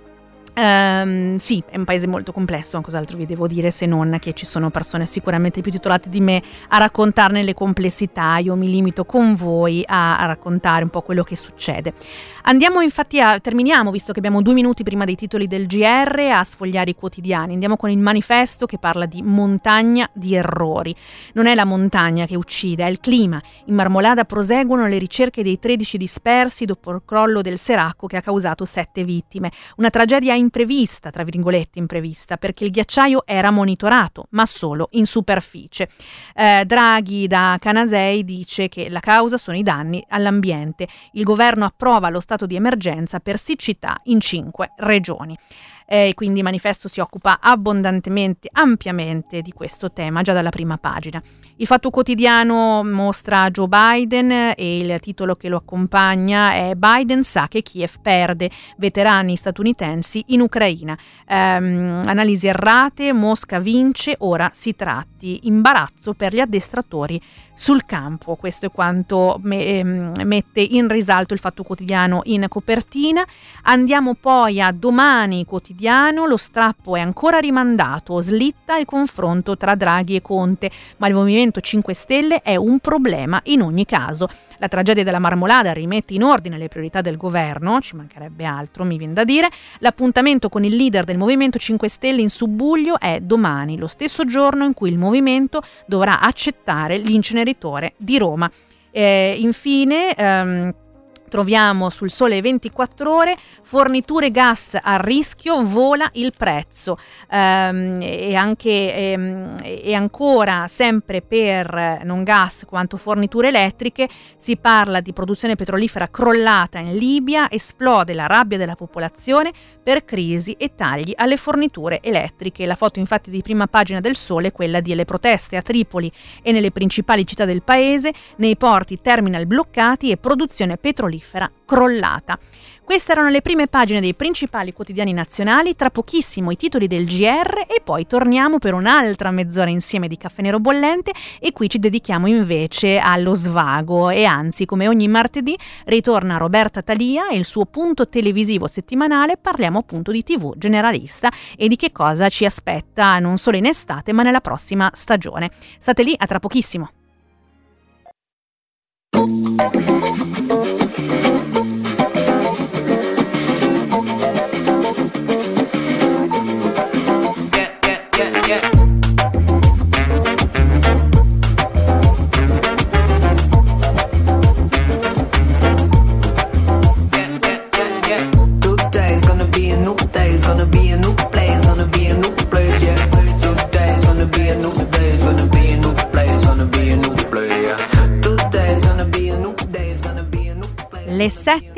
sì, è un paese molto complesso, cos'altro vi devo dire se non che ci sono persone sicuramente più titolate di me a raccontarne le complessità. Io mi limito con voi a raccontare un po' quello che succede. Andiamo infatti terminiamo, visto che abbiamo 2 minuti prima dei titoli del GR, a sfogliare i quotidiani. Andiamo con il Manifesto, che parla di montagna di errori. Non è la montagna che uccide, è il clima. In Marmolada proseguono le ricerche dei 13 dispersi dopo il crollo del Seracco che ha causato 7 vittime. Una tragedia imprevista, tra virgolette imprevista, perché il ghiacciaio era monitorato, ma solo in superficie. Draghi da Canasei dice che la causa sono i danni all'ambiente. Il governo approva lo stato di emergenza per siccità in 5 regioni. Quindi il Manifesto si occupa abbondantemente, ampiamente di questo tema già dalla prima pagina. Il Fatto Quotidiano mostra Joe Biden e il titolo che lo accompagna è: Biden sa che Kiev perde, veterani statunitensi in Ucraina. Analisi errate, Mosca vince, ora si tratti, imbarazzo per gli addestratori sul campo. Questo è quanto mette in risalto il Fatto Quotidiano in copertina. Andiamo poi a Domani Quotidiano, Quotidiano, lo strappo è ancora rimandato, slitta il confronto tra Draghi e Conte, ma il Movimento 5 Stelle è un problema in ogni caso. La tragedia della Marmolada rimette in ordine le priorità del governo, ci mancherebbe altro, mi viene da dire. L'appuntamento con il leader del Movimento 5 Stelle in Subbuglio è domani, lo stesso giorno in cui il movimento dovrà accettare l'inceneritore di Roma. Infine troviamo sul Sole 24 Ore, forniture gas a rischio, vola il prezzo, e ancora sempre per non gas quanto forniture elettriche si parla di produzione petrolifera crollata in Libia, esplode la rabbia della popolazione per crisi e tagli alle forniture elettriche. La foto infatti di prima pagina del Sole è quella delle proteste a Tripoli e nelle principali città del paese, nei porti, terminal bloccati e produzione petrolifera crollata. Queste erano le prime pagine dei principali quotidiani nazionali, tra pochissimo i titoli del GR e poi torniamo per un'altra mezz'ora insieme di Caffè Nero Bollente e qui ci dedichiamo invece allo svago e anzi come ogni martedì ritorna Roberta Talia e il suo punto televisivo settimanale, parliamo appunto di TV generalista e di che cosa ci aspetta non solo in estate ma nella prossima stagione. State lì, a tra pochissimo. Le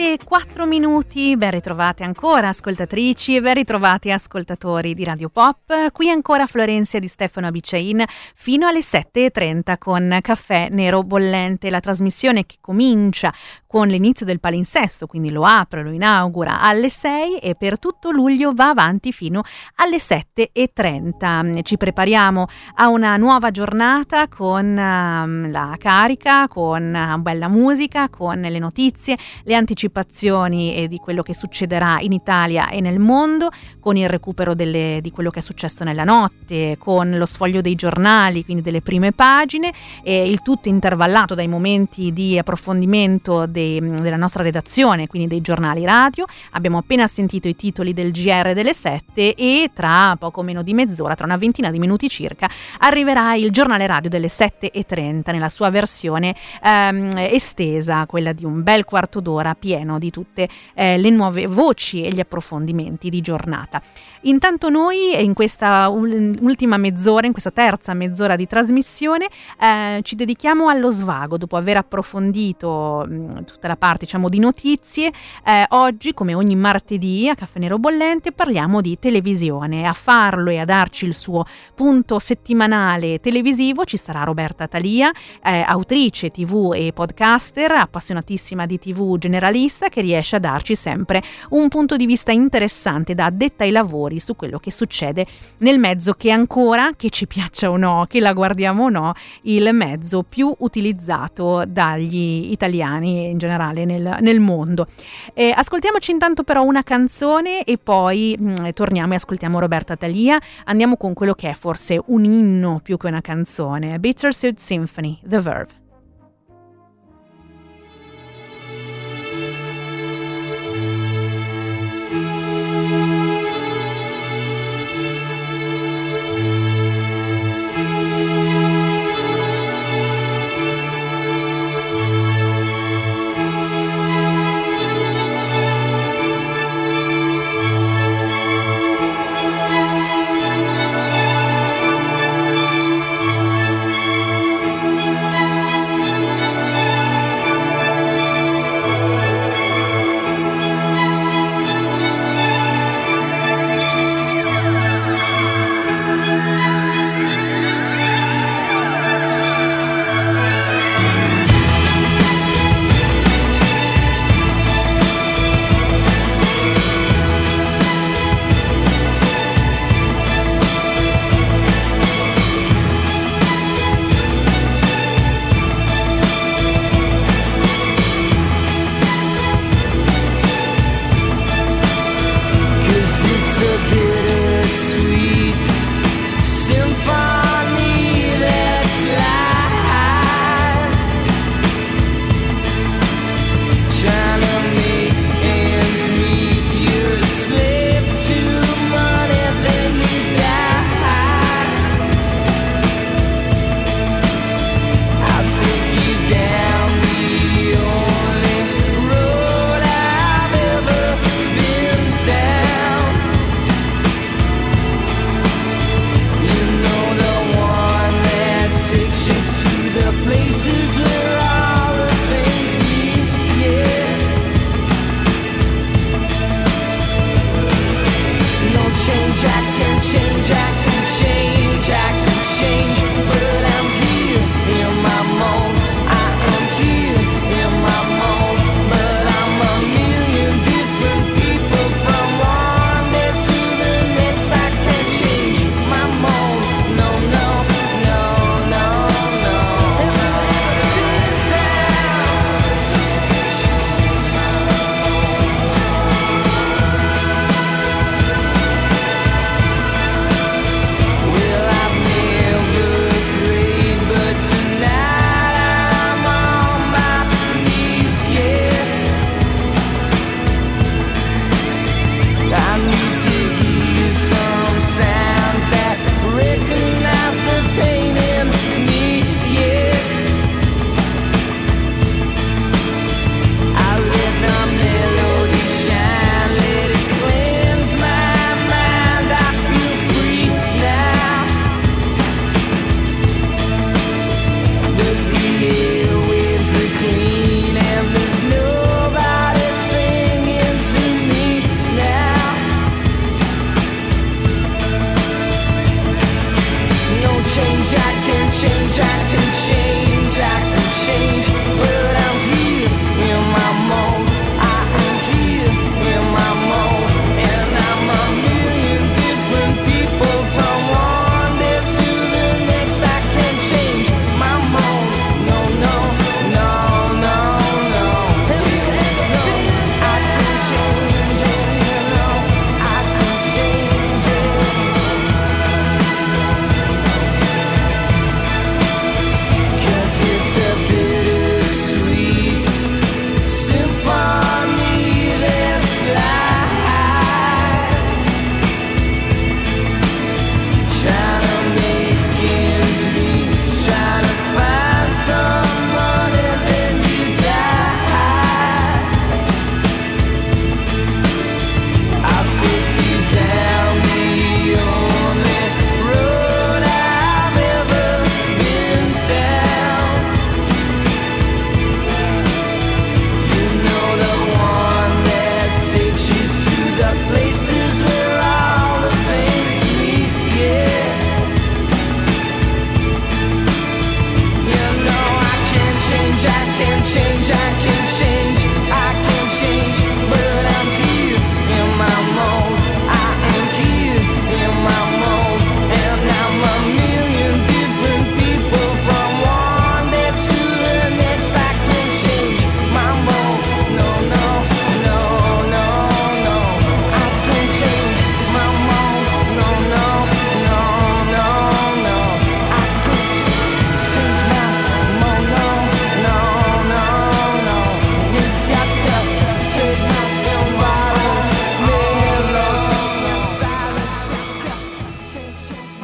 7:04, ben ritrovate ancora ascoltatrici e ben ritrovati ascoltatori di Radio Pop. Qui ancora Florenzia di Stefano Abiciain fino alle 7:30 con Caffè Nero Bollente, la trasmissione che comincia con l'inizio del palinsesto, quindi lo apre, lo inaugura alle 6 e per tutto luglio va avanti fino alle 7:30. Ci prepariamo a una nuova giornata con la carica, con bella musica, con le notizie, le anticipazioni di quello che succederà in Italia e nel mondo, con il recupero di quello che è successo nella notte, con lo sfoglio dei giornali, quindi delle prime pagine, e il tutto intervallato dai momenti di approfondimento della nostra redazione, quindi dei giornali radio. Abbiamo appena sentito i titoli del GR delle 7 e tra poco meno di mezz'ora, tra una ventina di minuti circa, arriverà il giornale radio delle 7:30 nella sua versione estesa, quella di un bel quarto d'ora pieno di tutte le nuove voci e gli approfondimenti di giornata. Intanto noi in questa ultima mezz'ora, in questa terza mezz'ora di trasmissione, ci dedichiamo allo svago dopo aver approfondito tutta la parte, diciamo, di notizie. Oggi, come ogni martedì a Caffè Nero Bollente, parliamo di televisione. A farlo e a darci il suo punto settimanale televisivo ci sarà Roberta Talia, autrice TV e podcaster, appassionatissima di TV generalista, che riesce a darci sempre un punto di vista interessante da addetta ai lavori su quello che succede nel mezzo che ancora, che ci piaccia o no, che la guardiamo o no, il mezzo più utilizzato dagli italiani e in generale nel mondo. Ascoltiamoci intanto però una canzone e poi torniamo e ascoltiamo Roberta Talia. Andiamo con quello che è forse un inno più che una canzone, Bittersweet Symphony, The Verve.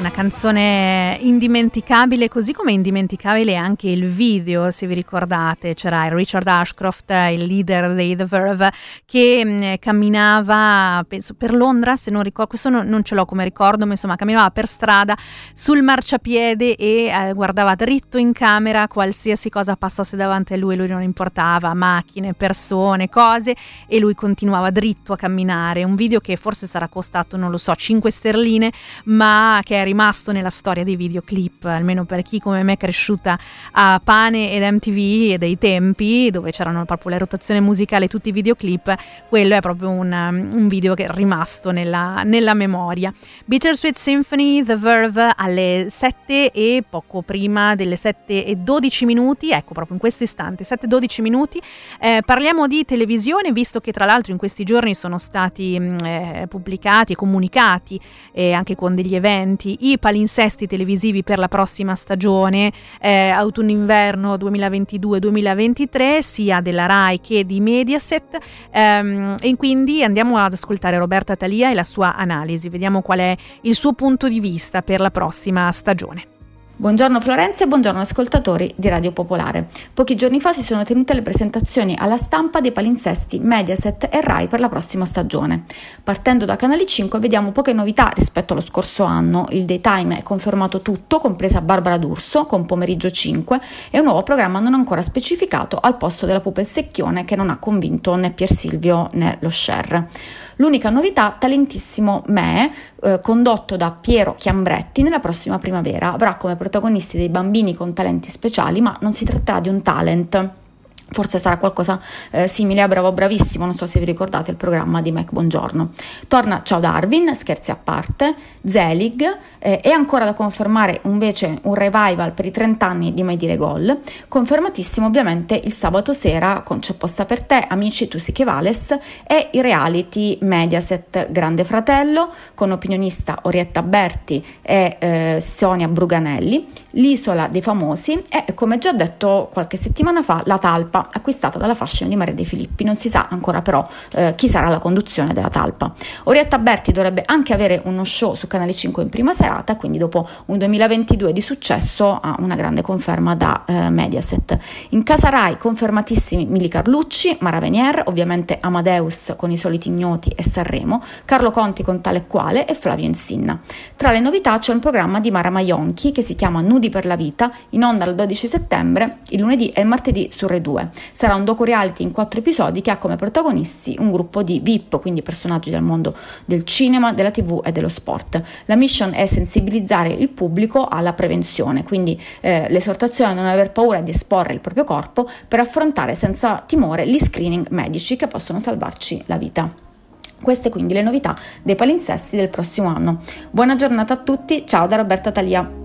Una canzone indimenticabile, così come indimenticabile anche il video, se vi ricordate. C'era Richard Ashcroft, il leader dei The Verve, che camminava, penso, per Londra, se non ricordo, questo non ce l'ho come ricordo, ma insomma camminava per strada sul marciapiede e guardava dritto in camera, qualsiasi cosa passasse davanti a lui non importava, macchine, persone, cose, e lui continuava dritto a camminare. Un video che forse sarà costato, non lo so, 5 sterline, ma che è rimasto nella storia dei videoclip, almeno per chi come me è cresciuta a Pane ed MTV e dei tempi dove c'erano proprio la rotazione musicale, tutti i videoclip. Quello è proprio un video che è rimasto nella memoria. Bittersweet Symphony, The Verve, alle 7 e poco prima delle 7:12, ecco, proprio in questo istante 7:12. Parliamo di televisione, visto che tra l'altro in questi giorni sono stati pubblicati e comunicati anche con degli eventi i palinsesti televisivi per la prossima stagione autunno-inverno 2022-2023, sia della Rai che di Mediaset, e quindi andiamo ad ascoltare Roberta Talia e la sua analisi, vediamo qual è il suo punto di vista per la prossima stagione. Buongiorno Florenza e buongiorno ascoltatori di Radio Popolare. Pochi giorni fa si sono tenute le presentazioni alla stampa dei palinsesti Mediaset e Rai per la prossima stagione. Partendo da Canale 5 vediamo poche novità rispetto allo scorso anno. Il daytime è confermato tutto, compresa Barbara D'Urso con Pomeriggio 5 e un nuovo programma non ancora specificato al posto della Pupa il Secchione, che non ha convinto né Pier Silvio né lo Sher. L'unica novità, Talentissimo Me, condotto da Piero Chiambretti, nella prossima primavera avrà come protagonisti dei bambini con talenti speciali, ma non si tratterà di un talent. Forse sarà qualcosa simile a Bravo Bravissimo, non so se vi ricordate il programma di Mike Bongiorno. Torna Ciao Darwin, scherzi a parte, Zelig, e ancora da confermare invece un revival per i 30 anni di Mai Dire Gol. Confermatissimo ovviamente il sabato sera con C'è posta per te, Amici tu sì che vales, e i reality Mediaset Grande Fratello con opinionista Orietta Berti e Sonia Bruganelli, L'Isola dei Famosi e, come già detto qualche settimana fa, La Talpa, acquistata dalla fascina di Maria De Filippi. Non si sa ancora però chi sarà la conduzione della Talpa. Orietta Berti dovrebbe anche avere uno show su Canale 5 in prima serata, quindi dopo un 2022 di successo ha una grande conferma da Mediaset. In casa Rai confermatissimi Mili Carlucci, Mara Venier, ovviamente Amadeus con I Soliti Ignoti e Sanremo, Carlo Conti con Tale e Quale e Flavio Insinna. Tra le novità c'è un programma di Mara Maionchi che si chiama Nudi per la Vita, in onda il 12 settembre, il lunedì e il martedì su Rai 2. Sarà un docu-reality in 4 episodi che ha come protagonisti un gruppo di VIP, quindi personaggi del mondo del cinema, della TV e dello sport. La mission è sensibilizzare il pubblico alla prevenzione, quindi l'esortazione a non aver paura di esporre il proprio corpo per affrontare senza timore gli screening medici che possono salvarci la vita. Queste quindi le novità dei palinsesti del prossimo anno. Buona giornata a tutti, ciao da Roberta Talia.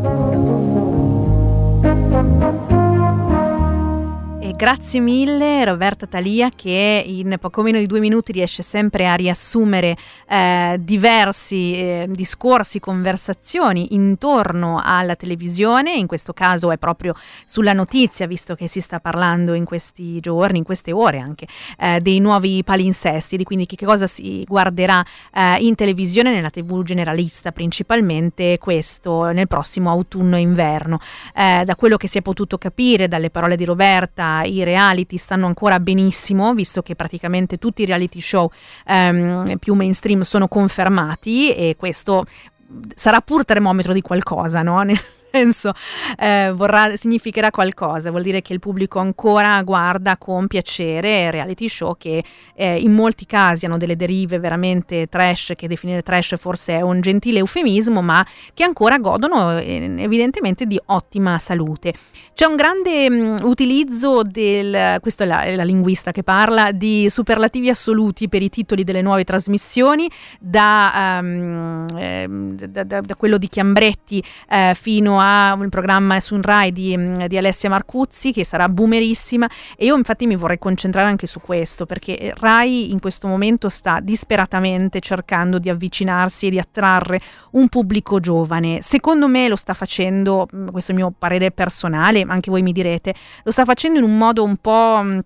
Grazie mille Roberta Talia, che in poco meno di 2 minuti riesce sempre a riassumere diversi discorsi, conversazioni intorno alla televisione. In questo caso è proprio sulla notizia, visto che si sta parlando in questi giorni, in queste ore anche, dei nuovi palinsesti, di quindi che cosa si guarderà in televisione, nella TV generalista principalmente, questo nel prossimo autunno-inverno. Da quello che si è potuto capire dalle parole di Roberta, i reality stanno ancora benissimo, visto che praticamente tutti i reality show più mainstream sono confermati, e questo sarà pur termometro di qualcosa, no? Nel senso, significherà qualcosa, vuol dire che il pubblico ancora guarda con piacere reality show che in molti casi hanno delle derive veramente trash, che definire trash forse è un gentile eufemismo, ma che ancora godono evidentemente di ottima salute. C'è un grande utilizzo questo è la linguista che parla, di superlativi assoluti per i titoli delle nuove trasmissioni, da quello di Chiambretti fino a un programma su un Rai di Alessia Marcuzzi, che sarà boomerissima, e io infatti mi vorrei concentrare anche su questo, perché Rai in questo momento sta disperatamente cercando di avvicinarsi e di attrarre un pubblico giovane. Secondo me lo sta facendo, questo è il mio parere personale, anche voi mi direte, lo sta facendo in un modo un po'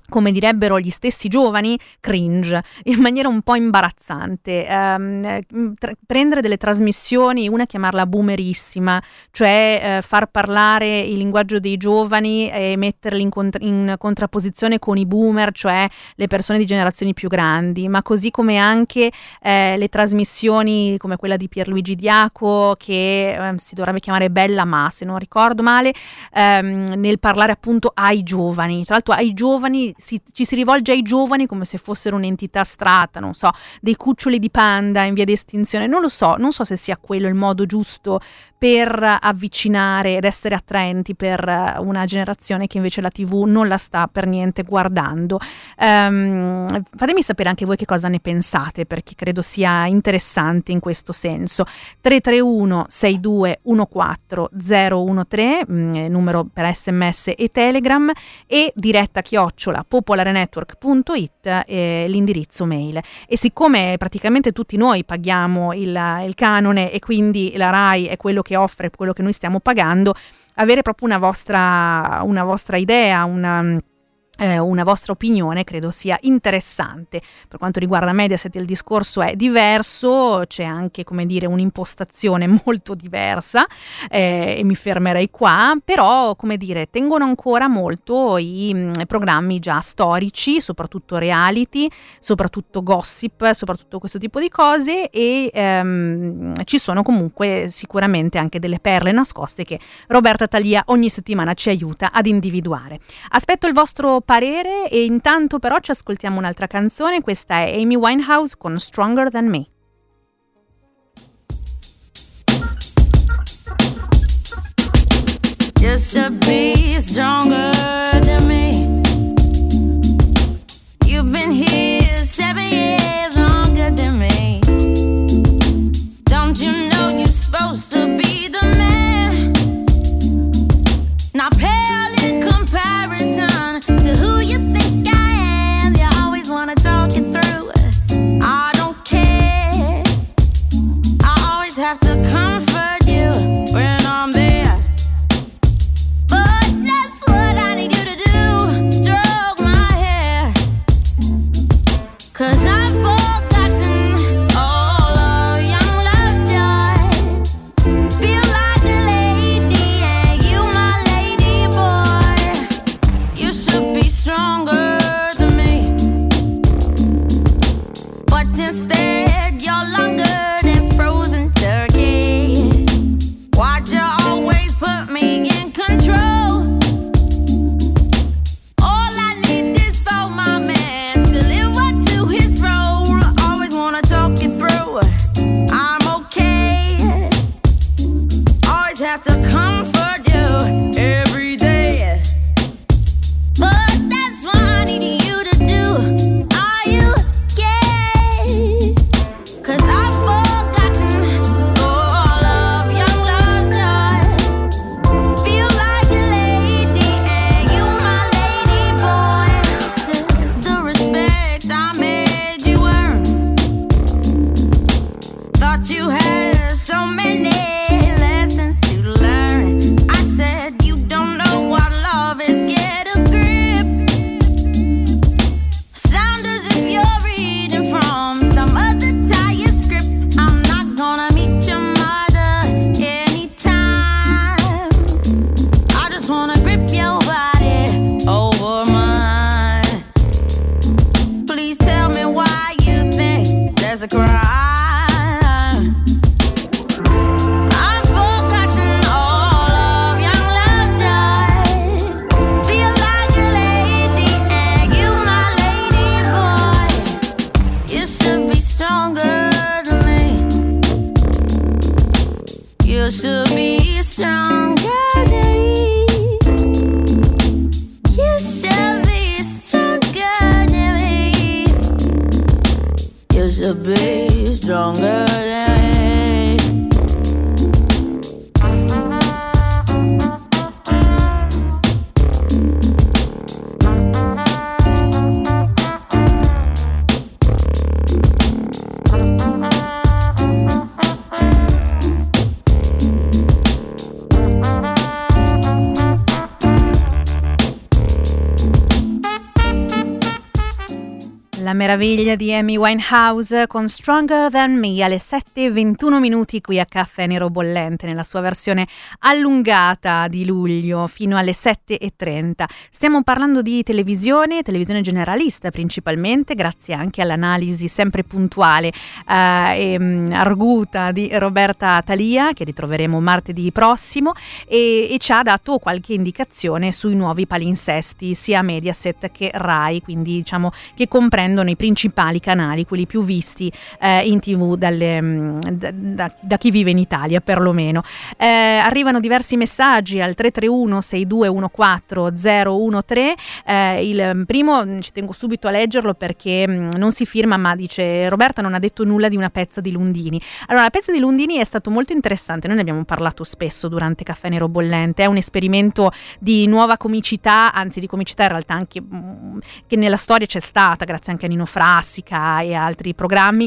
come direbbero gli stessi giovani, cringe, in maniera un po' imbarazzante. Prendere delle trasmissioni, una chiamarla boomerissima, cioè far parlare il linguaggio dei giovani e metterli in contrapposizione con i boomer, cioè le persone di generazioni più grandi, ma così come anche le trasmissioni come quella di Pierluigi Diaco, che si dovrebbe chiamare Bella Ma, se non ricordo male, nel parlare appunto ai giovani. Tra l'altro ai giovani ci si rivolge ai giovani come se fossero un'entità astratta, non so, dei cuccioli di panda in via di estinzione. Non lo so, non so se sia quello il modo giusto per avvicinare ed essere attraenti per una generazione che invece la TV non la sta per niente guardando. Fatemi sapere anche voi che cosa ne pensate, perché credo sia interessante in questo senso. 331 6214 013, numero per SMS e Telegram, e diretta @popolarenetwork.it, l'indirizzo mail. E siccome praticamente tutti noi paghiamo il canone e quindi la RAI è quello che offre, quello che noi stiamo pagando, avere proprio una vostra idea, una vostra opinione credo sia interessante. Per quanto riguarda Mediaset il discorso è diverso, c'è anche, come dire, un'impostazione molto diversa, e mi fermerei qua, però, come dire, tengono ancora molto i programmi già storici, soprattutto reality, soprattutto gossip, soprattutto questo tipo di cose, e ci sono comunque sicuramente anche delle perle nascoste che Roberta Talia ogni settimana ci aiuta ad individuare. Aspetto il vostro parere e intanto però ci ascoltiamo un'altra canzone. Questa è Amy Winehouse con Stronger Than Me. You should be stronger than me. You've been here 7 years longer than me. Don't you know you're supposed to be the man? Not pale in comparison to who you think I am. You always wanna talk it through. I don't care. I always have to comfort you when I'm there. But that's what I need you to do. Stroke my hair. 'Cause I've forgotten all of young love's joy. Feel like a lady and you my lady boy. You should be stronger than me. But instead you're longer than frozen turkey. Why'd you always put me in control? All I need is for my man to live up to his role. Always wanna talk it through. I'm okay. Always have to comfort you every day. But that's what I need you to do. Are you gay? 'Cause I've forgotten all of young love's joy. Feel like a lady and you my lady boy. The respect I made you earn. Thought you had so many lessons to learn. I said you don't know what love is, get a grip. Sound as if you're reading from some other tired script. I'm not gonna meet your mother anytime. I just wanna grip your body over mine. Please tell me why you think there's a crime. I've forgotten all of young love's joy. Feel like a lady and you my lady boy. You should be stronger than me. You should be stronger than me. You should be stronger than me. You should be stronger than me. La meraviglia di Amy Winehouse con Stronger Than Me alle 7:21 minuti qui a Caffè Nero Bollente nella sua versione allungata di luglio fino alle 7:30. Stiamo parlando di televisione generalista principalmente, grazie anche all'analisi sempre puntuale e arguta di Roberta Talia, che ritroveremo martedì prossimo, e ci ha dato qualche indicazione sui nuovi palinsesti sia Mediaset che Rai, quindi diciamo che comprendono i principali canali, quelli più visti in TV da chi vive in Italia perlomeno. Arrivano diversi messaggi al 331 6214 013. Il primo ci tengo subito a leggerlo perché non si firma, ma dice: Roberta non ha detto nulla di Una pezza di Lundini. Allora, La pezza di Lundini è stato molto interessante, noi ne abbiamo parlato spesso durante Caffè Nero Bollente, è un esperimento di nuova comicità, anzi di comicità in realtà anche che nella storia c'è stata, grazie anche a Nino Frassica e altri programmi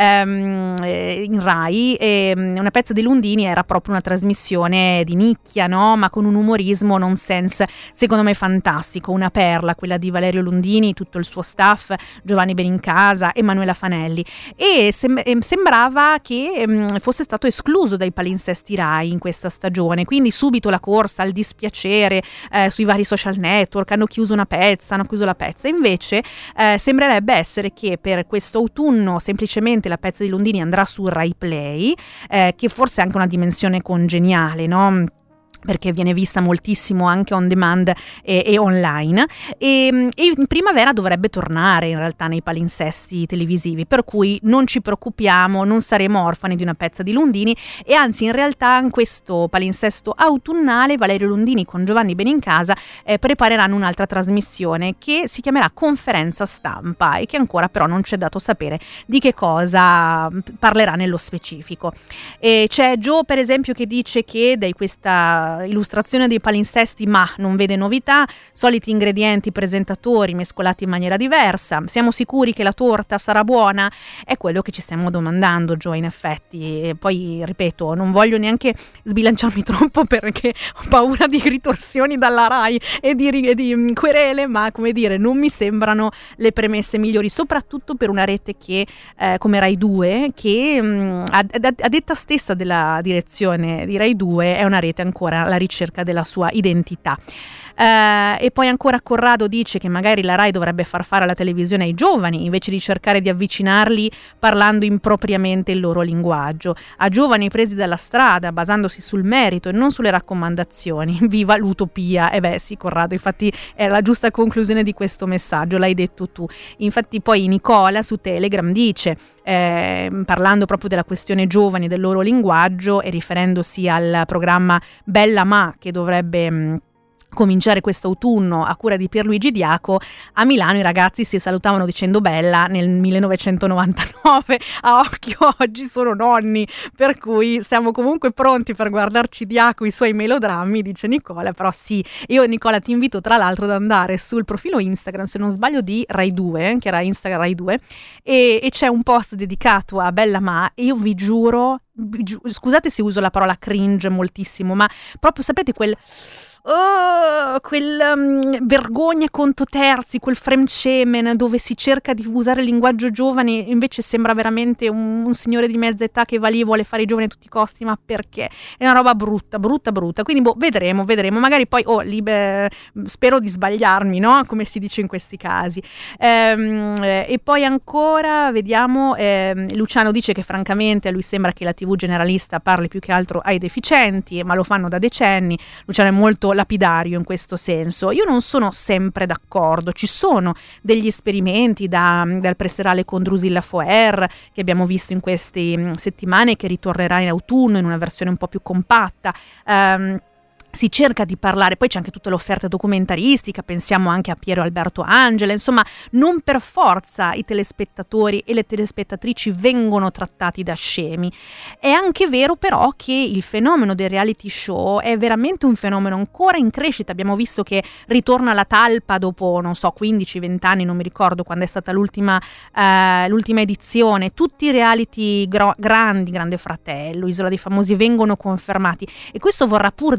in Rai. Una pezza di Lundini era proprio una trasmissione di nicchia, no? Ma con un umorismo nonsense secondo me fantastico, una perla, quella di Valerio Lundini, tutto il suo staff, Giovanni Benincasa, Emanuela Fanelli, e sembrava che fosse stato escluso dai palinsesti Rai in questa stagione, quindi subito la corsa al dispiacere sui vari social network, hanno chiuso la pezza, invece sembrerebbe essere che per questo autunno semplicemente La pezza di Lundini andrà su Rai Play, che forse è anche una dimensione congeniale, no? Perché viene vista moltissimo anche on demand e online, e in primavera dovrebbe tornare in realtà nei palinsesti televisivi, per cui non ci preoccupiamo, non saremo orfani di Una pezza di Lundini, e anzi in realtà in questo palinsesto autunnale Valerio Lundini con Giovanni Benincasa prepareranno un'altra trasmissione che si chiamerà Conferenza Stampa e che ancora però non c'è dato sapere di che cosa parlerà nello specifico. E c'è Joe per esempio che dice che da questa illustrazione dei palinsesti ma non vede novità, soliti ingredienti, presentatori mescolati in maniera diversa, siamo sicuri che la torta sarà buona? È quello che ci stiamo domandando, Joe, in effetti. E poi ripeto, non voglio neanche sbilanciarmi troppo perché ho paura di ritorsioni dalla Rai e di querele, ma come dire, non mi sembrano le premesse migliori, soprattutto per una rete che come Rai 2, che a detta stessa della direzione di Rai 2 è una rete ancora alla ricerca della sua identità. E poi ancora Corrado dice che magari la Rai dovrebbe far fare la televisione ai giovani invece di cercare di avvicinarli parlando impropriamente il loro linguaggio, a giovani presi dalla strada basandosi sul merito e non sulle raccomandazioni. Viva l'utopia! E beh sì, Corrado, infatti è la giusta conclusione di questo messaggio, l'hai detto tu. Infatti poi Nicola su Telegram dice, parlando proprio della questione giovani, del loro linguaggio e riferendosi al programma Bella Ma che dovrebbe cominciare questo autunno a cura di Pierluigi Diaco, a Milano i ragazzi si salutavano dicendo bella nel 1999, a occhio oggi sono nonni, per cui siamo comunque pronti per guardarci Diaco i suoi melodrammi, dice Nicola. Però sì, io Nicola ti invito tra l'altro ad andare sul profilo Instagram, se non sbaglio di Rai 2, che era Instagram Rai 2, e c'è un post dedicato a Bella Ma, e io vi giuro, scusate se uso la parola cringe moltissimo, ma proprio sapete quel vergogna conto terzi, quel fremschemen dove si cerca di usare il linguaggio giovane, invece sembra veramente un signore di mezza età che va lì e vuole fare i giovani a tutti i costi, ma perché? È una roba brutta, quindi vedremo, magari poi spero di sbagliarmi, no? Come si dice in questi casi. E poi ancora vediamo, Luciano dice che francamente a lui sembra che la TV generalista parli più che altro ai deficienti, ma lo fanno da decenni. Luciano è molto lapidario in questo senso. Io non sono sempre d'accordo, ci sono degli esperimenti dal presserale con Drusilla Foer che abbiamo visto in queste settimane, che ritornerà in autunno in una versione un po' più compatta. Si cerca di parlare, poi c'è anche tutta l'offerta documentaristica, pensiamo anche a Piero Alberto Angela, insomma non per forza i telespettatori e le telespettatrici vengono trattati da scemi. È anche vero però che il fenomeno dei reality show è veramente un fenomeno ancora in crescita. Abbiamo visto che ritorna la talpa dopo, non so, 15-20 anni, non mi ricordo quando è stata l'ultima edizione. Tutti i reality grandi, Grande Fratello, Isola dei Famosi vengono confermati, e questo vorrà pur dire qualcosa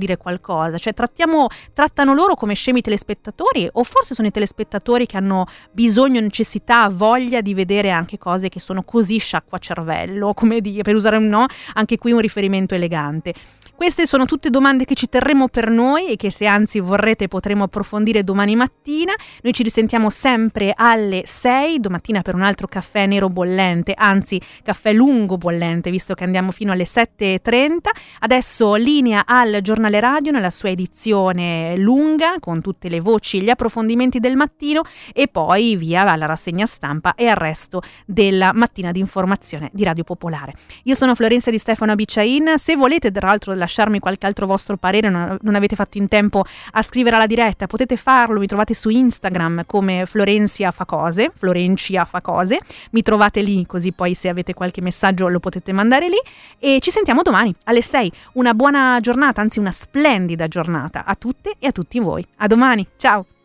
cosa, cioè trattano loro come scemi telespettatori, o forse sono i telespettatori che hanno bisogno, necessità, voglia di vedere anche cose che sono così sciacquacervello, come dire, per usare anche qui un riferimento elegante. Queste sono tutte domande che ci terremo per noi e che, se anzi vorrete, potremo approfondire domani mattina. Noi ci risentiamo sempre alle 6 domattina per un altro caffè nero bollente, anzi caffè lungo bollente, visto che andiamo fino alle 7:30. Adesso linea al giornale radio nella sua edizione lunga, con tutte le voci, gli approfondimenti del mattino, e poi via alla rassegna stampa e al resto della mattina di informazione di Radio Popolare. Io sono Florenza Di Stefano Abiciain. Se volete, tra l'altro, lasciarmi qualche altro vostro parere, non avete fatto in tempo a scrivere alla diretta, potete farlo, mi trovate su Instagram come Florencia fa cose, mi trovate lì, così poi se avete qualche messaggio lo potete mandare lì, e ci sentiamo domani alle 6. Una buona giornata, anzi una splendida giornata a tutte e a tutti voi. A domani, ciao!